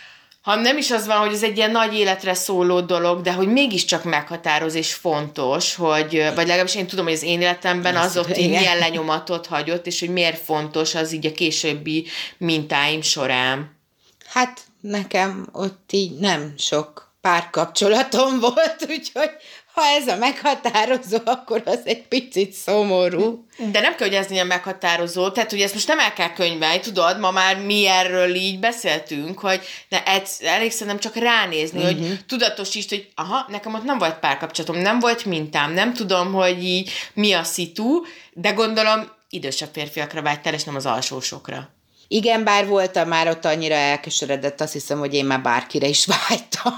ha nem is az van, hogy ez egy ilyen nagy életre szóló dolog, de hogy mégiscsak meghatároz és fontos, hogy, vagy legalábbis én tudom, hogy az én életemben az ott így milyen lenyomatot hagyott, és hogy miért fontos az így a későbbi mintáim során. Hát nekem ott így nem sok párkapcsolatom volt, úgyhogy ha ez a meghatározó, akkor az egy picit szomorú. De nem kell, hogy ez ilyen meghatározó, tehát hogy ezt most nem el kell könyvelni, tudod, ma már mi erről így beszéltünk, hogy ne, elég szerintem csak ránézni, uh-huh. hogy tudatosítsd, hogy aha, nekem ott nem volt párkapcsolatom, nem volt mintám, nem tudom, hogy így mi a szitu, de gondolom idősebb férfiakra vágytál, és nem az alsósokra. Igen, bár voltam már ott annyira elkeseredett, azt hiszem, hogy én már bárkire is vágytam.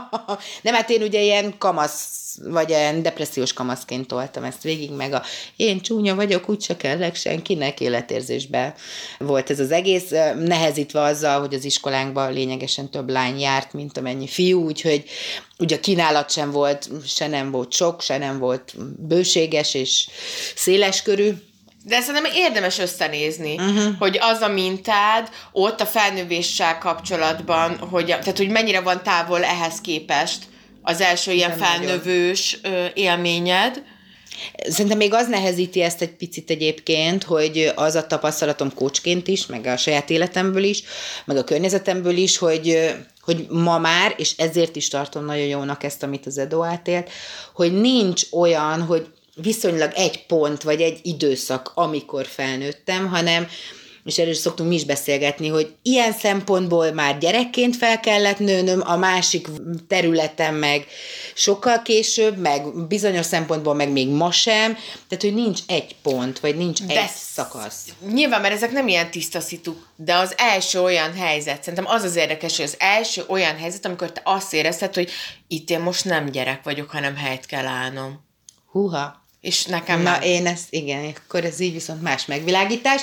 Nem, hát én ugye ilyen kamasz, vagy ilyen depressziós kamaszként toltam ezt végig, meg a én csúnya vagyok, úgyse kellek senkinek, életérzésben volt ez az egész, nehezítve azzal, hogy az iskolánkban lényegesen több lány járt, mint amennyi fiú, úgyhogy ugye a kínálat sem volt, se nem volt sok, se nem volt bőséges és széleskörű. De szerintem érdemes összenézni, uh-huh. hogy az a mintád ott a felnővéssel kapcsolatban, hogy, tehát hogy mennyire van távol ehhez képest az első ilyen nem felnövős nagyon élményed. Szerintem még az nehezíti ezt egy picit egyébként, hogy az a tapasztalatom coachként is, meg a saját életemből is, meg a környezetemből is, hogy, hogy ma már, és ezért is tartom nagyon jónak ezt, amit az Edo átélt, hogy nincs olyan, hogy viszonylag egy pont, vagy egy időszak, amikor felnőttem, hanem, és erről is szoktunk mi is beszélgetni, hogy ilyen szempontból már gyerekként fel kellett nőnöm, a másik területen meg sokkal később, meg bizonyos szempontból meg még ma sem, tehát, hogy nincs egy pont, vagy nincs de egy szakasz. Nyilván, mert ezek nem ilyen tiszta szituk, de az első olyan helyzet, szerintem az az érdekes, hogy az első olyan helyzet, amikor te azt érezted, hogy itt én most nem gyerek vagyok, hanem helyt kell állnom. Húha. És nekem Na nem. én ezt, igen, akkor ez így viszont más megvilágítás.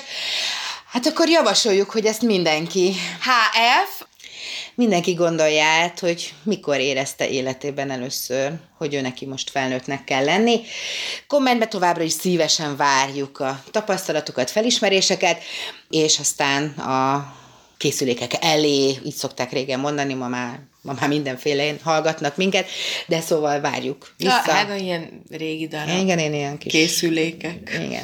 Hát akkor javasoljuk, hogy ezt mindenki... há ef Mindenki gondolja át, hogy mikor érezte életében először, hogy ő neki most felnőttnek kell lenni. Kommentbe továbbra is szívesen várjuk a tapasztalatokat, felismeréseket, és aztán a készülékek elé, így szokták régen mondani, ma már ma már mindenféle hallgatnak minket, de szóval várjuk vissza. Ja, hát ilyen régi darab. Igen, én ilyen kis... Készülékek. Igen.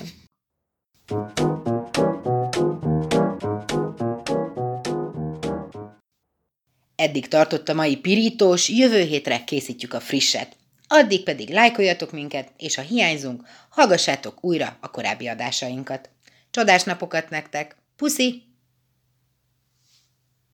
Eddig tartott a mai pirítós, jövő hétre készítjük a frisset. Addig pedig lájkoljatok minket, és ha hiányzunk, hallgassátok újra a korábbi adásainkat. Csodás napokat nektek! Puszi!